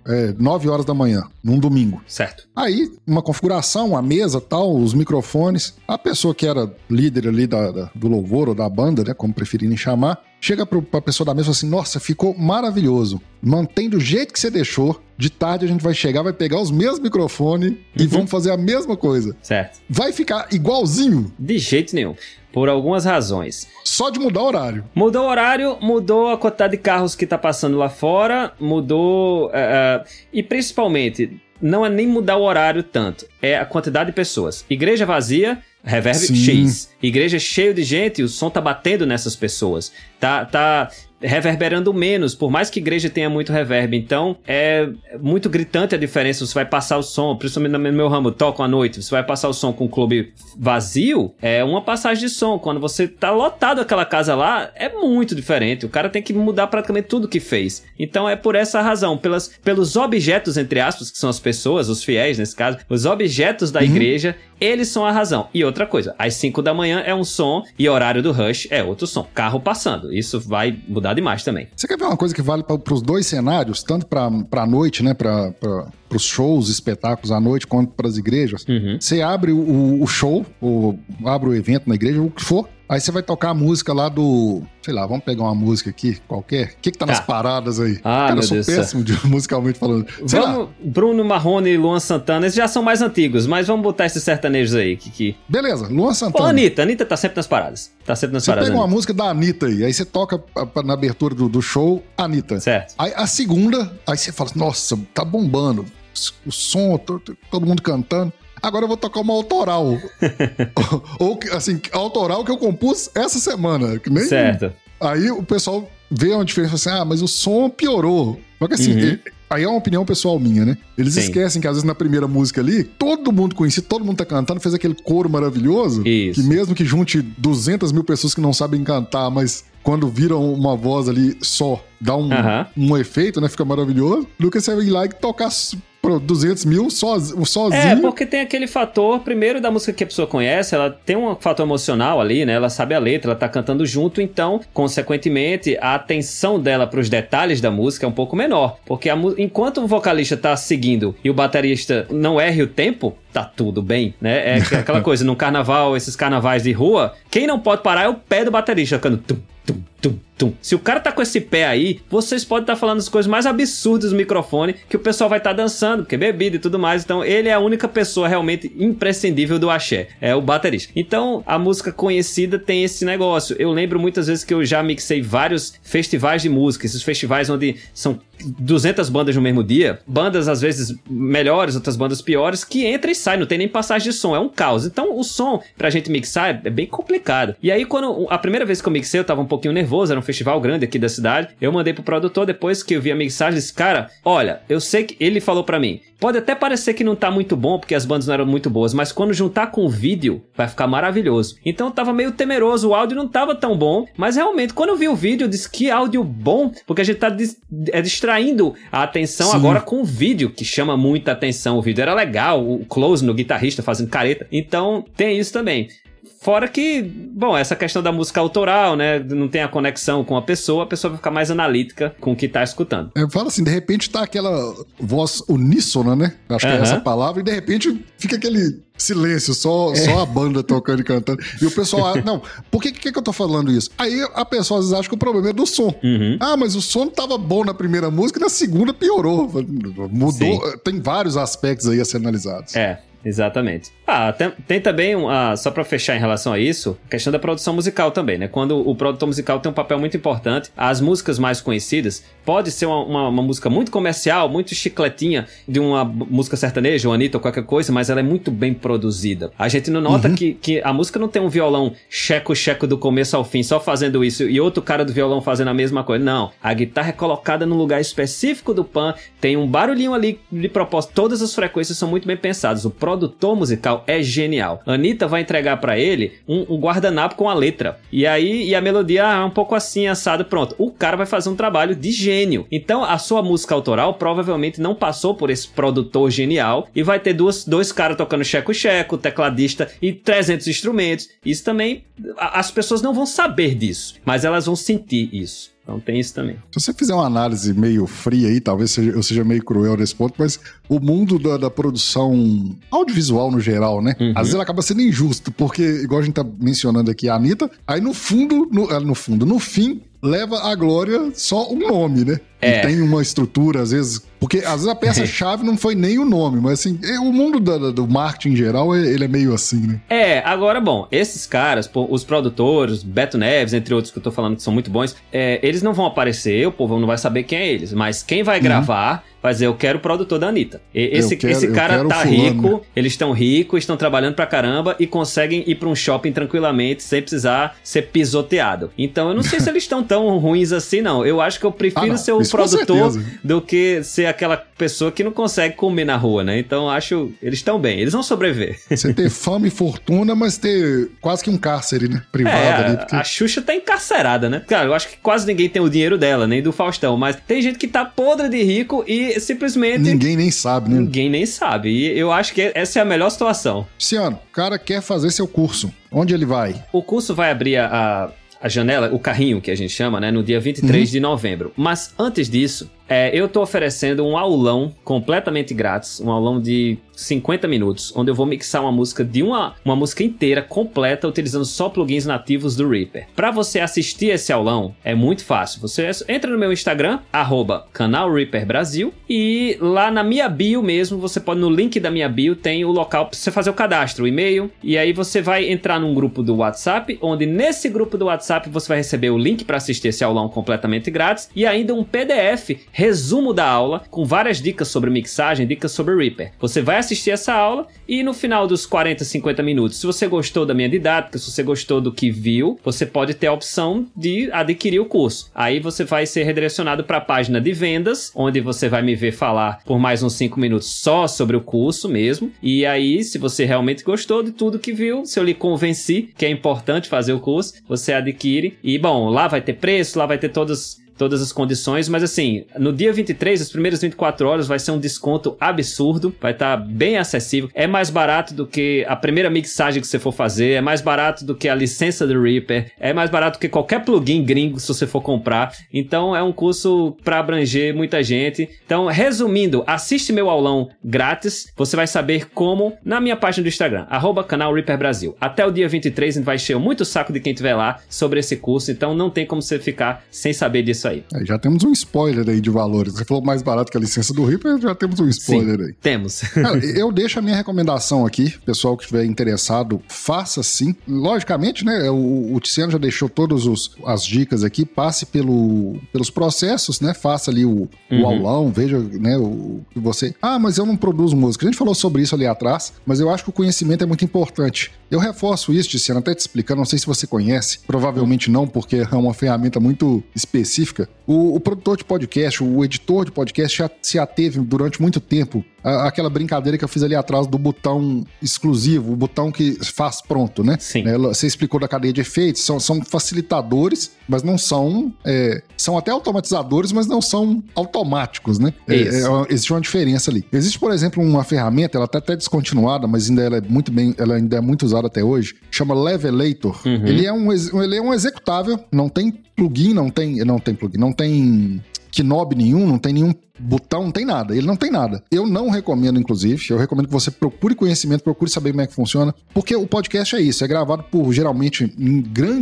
9 horas da manhã, num domingo. Certo. Aí, uma configuração, a mesa, tal, os microfones, a pessoa que era líder ali do louvor ou da banda, né, como preferirem chamar, chega pra pessoa da mesa e fala assim, nossa, ficou maravilhoso, mantém do jeito que você deixou, de tarde a gente vai chegar, vai pegar os mesmos microfones e vamos fazer a mesma coisa. Certo. Vai ficar igualzinho? De jeito nenhum. Por algumas razões. Só de mudar o horário. Mudou o horário, mudou a quantidade de carros que tá passando lá fora, mudou... e principalmente, não é nem mudar o horário tanto, é a quantidade de pessoas. Igreja vazia, reverb X. Igreja cheia de gente, o som tá batendo nessas pessoas. Tá reverberando menos, por mais que igreja tenha muito reverb. Então, é muito gritante a diferença. Você vai passar o som, principalmente no meu ramo, toco à noite, você vai passar o som com o clube vazio, é uma passagem de som. Quando você tá lotado aquela casa lá, é muito diferente. O cara tem que mudar praticamente tudo que fez. Então, é por essa razão, pelos objetos, entre aspas, que são as pessoas, os fiéis nesse caso, os objetos da igreja, eles são a razão. E outra coisa, às 5 da manhã é um som e horário do rush é outro som. Carro passando. Isso vai mudar demais também. Você quer ver uma coisa que vale para os dois cenários, tanto para a noite, né, para os shows, espetáculos à noite, quanto para as igrejas? Você abre o show, ou abre o evento na igreja, o que for, Aí você vai tocar a música lá do... Sei lá, vamos pegar uma música aqui, qualquer. O que tá nas paradas aí? Cara, eu sou péssimo musicalmente falando. Vamos, Bruno Marrone e Luan Santana, esses já são mais antigos, mas vamos botar esses sertanejos aí. Beleza, Luan Santana. Pô, Anitta tá sempre nas paradas. Você pega uma música da Anitta aí você toca na abertura do show, Anitta. Certo. Aí a segunda, aí você fala, nossa, tá bombando. O som, todo mundo cantando. Agora eu vou tocar uma autoral. Ou, assim, autoral que eu compus essa semana. Que nem... Certo. Aí o pessoal vê uma diferença assim, mas o som piorou. Só que assim, aí é uma opinião pessoal minha, né? Eles esquecem que às vezes na primeira música ali, todo mundo conhecia, todo mundo tá cantando, fez aquele coro maravilhoso. Isso. Que mesmo que junte 200 mil pessoas que não sabem cantar, mas quando viram uma voz ali só, dá um efeito, né? Fica maravilhoso. Do que você ir lá e tocar... 200 mil sozinho. É, porque tem aquele fator, primeiro, da música que a pessoa conhece, ela tem um fator emocional ali, né? Ela sabe a letra, ela tá cantando junto, então, consequentemente, a atenção dela pros detalhes da música é um pouco menor. Porque enquanto o vocalista tá seguindo e o baterista não erre o tempo, tá tudo bem, né? É aquela coisa, no carnaval, esses carnavais de rua, quem não pode parar é o pé do baterista, tocando tum, tum, tum, tum. Se o cara tá com esse pé aí, vocês podem estar falando as coisas mais absurdas no microfone que o pessoal vai estar dançando, porque é bebida e tudo mais. Então ele é a única pessoa realmente imprescindível do axé, é o baterista. Então a música conhecida tem esse negócio. Eu lembro muitas vezes que eu já mixei vários festivais de música, esses festivais onde são 200 bandas no mesmo dia, bandas às vezes melhores, outras bandas piores, que entra e sai, não tem nem passagem de som, é um caos. Então o som pra gente mixar é bem complicado. E aí quando a primeira vez que eu mixei, eu tava um pouquinho nervoso, era um festival grande aqui da cidade, eu mandei pro produtor, depois que eu vi a mixagem, disse, cara, olha, eu sei que ele falou pra mim, pode até parecer que não tá muito bom, porque as bandas não eram muito boas, mas quando juntar com o vídeo, vai ficar maravilhoso. Então eu tava meio temeroso, o áudio não tava tão bom, mas realmente, quando eu vi o vídeo, eu disse, que áudio bom, porque a gente tá distraindo a atenção agora com o vídeo, que chama muita atenção. O vídeo era legal, o close no guitarrista fazendo careta, então tem isso também. Fora que, bom, essa questão da música autoral, né, não tem a conexão com a pessoa vai ficar mais analítica com o que tá escutando. Fala assim, de repente tá aquela voz uníssona, né? Acho que é essa palavra, e de repente fica aquele silêncio, só a banda tocando e cantando. E o pessoal, não, por que eu tô falando isso? Aí a pessoa às vezes acha que o problema é do som. Mas o som tava bom na primeira música e na segunda piorou. Mudou. Sim. Tem vários aspectos aí a ser analisados. Exatamente. Tem também, só pra fechar em relação a isso, a questão da produção musical também, né? Quando o produtor musical tem um papel muito importante, as músicas mais conhecidas, pode ser uma música muito comercial, muito chicletinha, de uma música sertaneja, ou Anitta, ou qualquer coisa, mas ela é muito bem produzida. A gente não nota que a música não tem um violão checo do começo ao fim, só fazendo isso, e outro cara do violão fazendo a mesma coisa. Não, a guitarra é colocada no lugar específico do pan, tem um barulhinho ali de propósito, todas as frequências são muito bem pensadas. O produtor musical é genial. Anitta vai entregar pra ele um guardanapo com a letra. E aí a melodia é um pouco assim, assado, pronto. O cara vai fazer um trabalho de gênio. Então a sua música autoral provavelmente não passou por esse produtor genial e vai ter dois caras tocando checo-checo, tecladista e 300 instrumentos. Isso também, as pessoas não vão saber disso, mas elas vão sentir isso. Então tem isso também. Se você fizer uma análise meio fria aí, talvez eu seja meio cruel nesse ponto, mas o mundo da produção audiovisual no geral, né? Às vezes ela acaba sendo injusto, porque, igual a gente tá mencionando aqui, a Anitta, aí no fim, leva à glória só um nome, né? E tem uma estrutura, às vezes... Porque às vezes a peça-chave não foi nem o nome, mas assim, o mundo do marketing em geral, ele é meio assim, né? Agora, bom, esses caras, os produtores, Beto Neves, entre outros que eu tô falando que são muito bons, eles não vão aparecer, o povo não vai saber quem é eles, mas quem vai gravar... vai dizer, eu quero o produtor da Anitta. Esse cara tá rico, eles estão ricos, estão trabalhando pra caramba e conseguem ir pra um shopping tranquilamente, sem precisar ser pisoteado. Então, eu não sei se eles estão tão ruins assim, não. Eu acho que eu prefiro ser o produtor do que ser aquela pessoa que não consegue comer na rua, né? Então, acho eles estão bem, eles vão sobreviver. Você ter fama e fortuna, mas ter quase que um cárcere, né? Privado ali. Porque... A Xuxa tá encarcerada, né? Cara, eu acho que quase ninguém tem o dinheiro dela, nem do Faustão, mas tem gente que tá podre de rico e simplesmente... Ninguém nem sabe, né? Ninguém nem sabe. E eu acho que essa é a melhor situação. Luciano, o cara quer fazer seu curso. Onde ele vai? O curso vai abrir a janela, o carrinho que a gente chama, né? No dia 23 de novembro. Mas antes disso, Eu tô oferecendo um aulão completamente grátis, um aulão de 50 minutos, onde eu vou mixar uma música de uma música inteira, completa, utilizando só plugins nativos do Reaper. Para você assistir esse aulão, é muito fácil. Você entra no meu Instagram, @canalreaperbrasil, e lá na minha bio mesmo, você pode, no link da minha bio, tem o local para você fazer o cadastro, o e-mail, e aí você vai entrar num grupo do WhatsApp, onde nesse grupo do WhatsApp você vai receber o link para assistir esse aulão completamente grátis, e ainda um PDF, resumo da aula, com várias dicas sobre mixagem, dicas sobre Reaper. Você vai assistir essa aula e no final dos 40, 50 minutos, se você gostou da minha didática, se você gostou do que viu, você pode ter a opção de adquirir o curso. Aí você vai ser redirecionado para a página de vendas, onde você vai me ver falar por mais uns 5 minutos só sobre o curso mesmo. E aí, se você realmente gostou de tudo que viu, se eu lhe convenci que é importante fazer o curso, você adquire. E bom, lá vai ter preço, lá vai ter todas as condições, mas assim, no dia 23, as primeiras 24 horas, vai ser um desconto absurdo, vai estar bem acessível, é mais barato do que a primeira mixagem que você for fazer, é mais barato do que a licença do Reaper, é mais barato do que qualquer plugin gringo se você for comprar, então é um curso para abranger muita gente. Então, resumindo, assiste meu aulão grátis, você vai saber como na minha página do Instagram, @canalreaperbrasil. Até o dia 23, a gente vai encher muito o saco de quem estiver lá sobre esse curso, então não tem como você ficar sem saber disso aí. Já temos um spoiler aí de valores. Você falou mais barato que a licença do Reaper, já temos um spoiler. Sim, aí. Temos. Cara, eu deixo a minha recomendação aqui, pessoal que estiver interessado, faça sim. Logicamente, né, o Tiziano já deixou todas as dicas aqui, passe pelos processos, né, faça ali o aulão, veja, né, o que você... mas eu não produzo música. A gente falou sobre isso ali atrás, mas eu acho que o conhecimento é muito importante. Eu reforço isso, Tiziano, até te explicando, não sei se você conhece, provavelmente não, porque é uma ferramenta muito específica. O produtor de podcast, o editor de podcast já se ateve durante muito tempo aquela brincadeira que eu fiz ali atrás do botão exclusivo, o botão que faz pronto, né? Sim. Você explicou da cadeia de efeitos, são facilitadores, mas não são... são até automatizadores, mas não são automáticos, né? Existe uma diferença ali. Existe, por exemplo, uma ferramenta, ela tá até descontinuada, mas ela ainda é muito usada até hoje, chama Levelator. Uhum. Ele é um executável, não tem plugin, não tem knob nenhum, não tem nenhum botão, não tem nada. Ele não tem nada. Eu não recomendo, inclusive. Eu recomendo que você procure conhecimento, procure saber como é que funciona, porque o podcast é isso. É gravado geralmente, em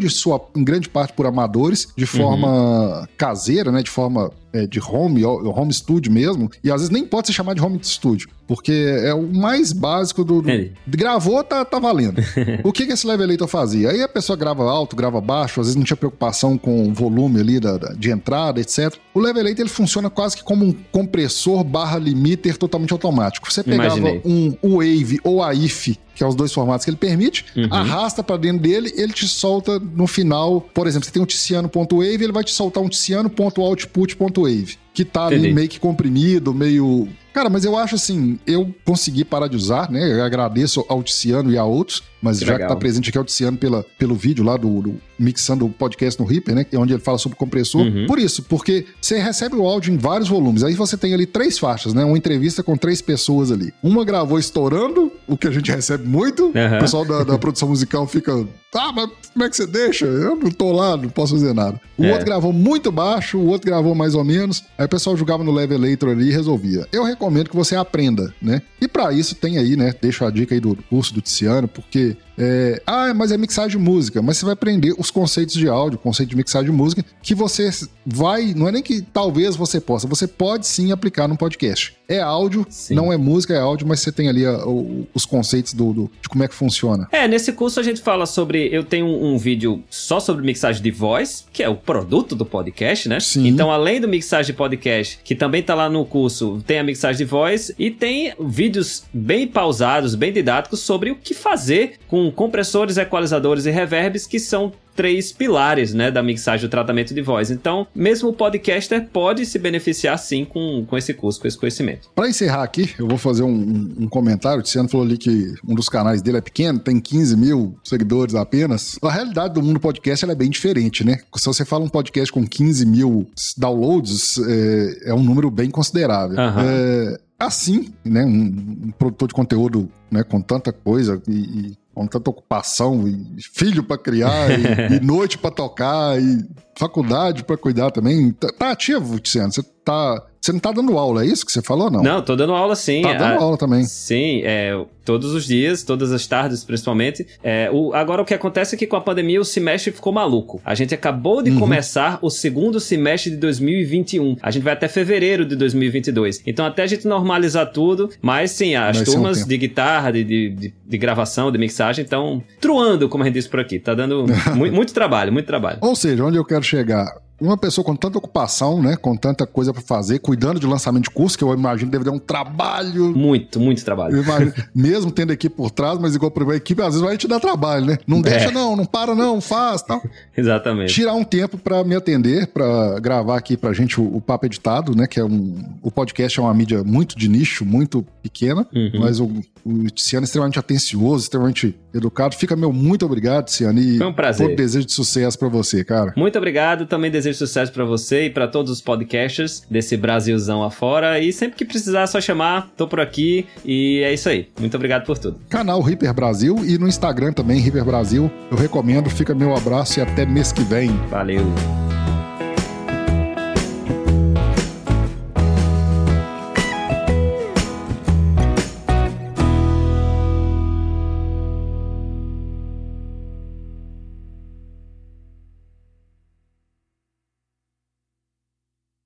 grande parte por amadores, de forma caseira, né? De forma de home studio mesmo. E às vezes nem pode se chamar de home studio, porque é o mais básico gravou, tá valendo. O que esse Levelator fazia? Aí a pessoa grava alto, grava baixo, às vezes não tinha preocupação com o volume ali de entrada, etc. O Levelator, ele funciona quase que como um compressor /limiter totalmente automático. Você pegava um Wave ou a IF, que é os dois formatos que ele permite, arrasta pra dentro dele, ele te solta no final, por exemplo, você tem um Tiziano.wave, ele vai te soltar um Tiziano.output.wave, que tá ali meio que comprimido, meio... Cara, mas eu acho assim, eu consegui parar de usar, né? Eu agradeço ao Tiziano e a outros, mas já que tá presente aqui é o Tiziano pelo vídeo lá do mixando o podcast no Reaper, né? Que é onde ele fala sobre compressor. Por isso, porque você recebe o áudio em vários volumes. Aí você tem ali 3 faixas, né? Uma entrevista com 3 pessoas ali. Uma gravou estourando, o que a gente recebe muito. O pessoal da produção musical fica... mas como é que você deixa? Eu não tô lá, não posso fazer nada. O outro gravou muito baixo, o outro gravou mais ou menos. Aí o pessoal jogava no Levelator ali e resolvia. Eu recomendo que você aprenda, né? E pra isso tem aí, né? Deixo a dica aí do curso do Tiziano, porque... mas é mixagem de música. Mas você vai aprender os conceitos de áudio, conceito de mixagem de música, que você vai... Não é nem que talvez você possa. Você pode sim aplicar num podcast. É áudio, não é música, é áudio, mas você tem ali os conceitos de como é que funciona. Nesse curso a gente fala sobre... Eu tenho um vídeo só sobre mixagem de voz, que é o produto do podcast, né? Sim. Então, além do mixagem de podcast, que também tá lá no curso, tem a mixagem de voz e tem vídeos bem pausados, bem didáticos sobre o que fazer com compressores, equalizadores e reverbs, que são 3 pilares, né, da mixagem do tratamento de voz. Então, mesmo o podcaster pode se beneficiar, sim, com esse curso, com esse conhecimento. Para encerrar aqui, eu vou fazer um comentário. O Tiziano falou ali que um dos canais dele é pequeno, tem 15 mil seguidores apenas. A realidade do mundo podcast ela é bem diferente, né? Se você fala um podcast com 15 mil downloads, é um número bem considerável. Assim, né, um produtor de conteúdo, né, com tanta coisa e com tanta ocupação, e filho pra criar, e noite pra tocar, e faculdade pra cuidar também. Tá ativo, Tiziano? Você Você não tá dando aula, é isso que você falou, não? Não, tô dando aula sim. Tá dando aula também. Sim, todos os dias, todas as tardes principalmente. Agora o que acontece é que com a pandemia o semestre ficou maluco. A gente acabou de começar o segundo semestre de 2021. A gente vai até fevereiro de 2022. Então até a gente normalizar tudo, mas sim, as turmas de guitarra, de gravação, de mixagem estão truando, como a gente disse por aqui. Tá dando muito trabalho, muito trabalho. Ou seja, onde eu quero chegar... Uma pessoa com tanta ocupação, né? Com tanta coisa pra fazer, cuidando de lançamento de curso, que eu imagino deve dar um trabalho. Muito trabalho. Eu imagino, mesmo tendo equipe por trás, mas igual pra equipe, às vezes vai te dar trabalho, né? Não deixa não para não, faz, tal. Exatamente. Tirar um tempo pra me atender, pra gravar aqui pra gente o Papo Editado, né? Que é o podcast é uma mídia muito de nicho, muito pequena, mas o Tiziano é extremamente atencioso, extremamente educado. Fica muito obrigado, Tiziano. Foi um prazer. Todo desejo de sucesso pra você, cara. Muito obrigado, também desejo sucesso pra você e pra todos os podcasters desse Brasilzão afora. E sempre que precisar, é só chamar, tô por aqui. E é isso aí. Muito obrigado por tudo. Canal Reaper Brasil e no Instagram também, Reaper Brasil. Eu recomendo, fica meu abraço e até mês que vem. Valeu.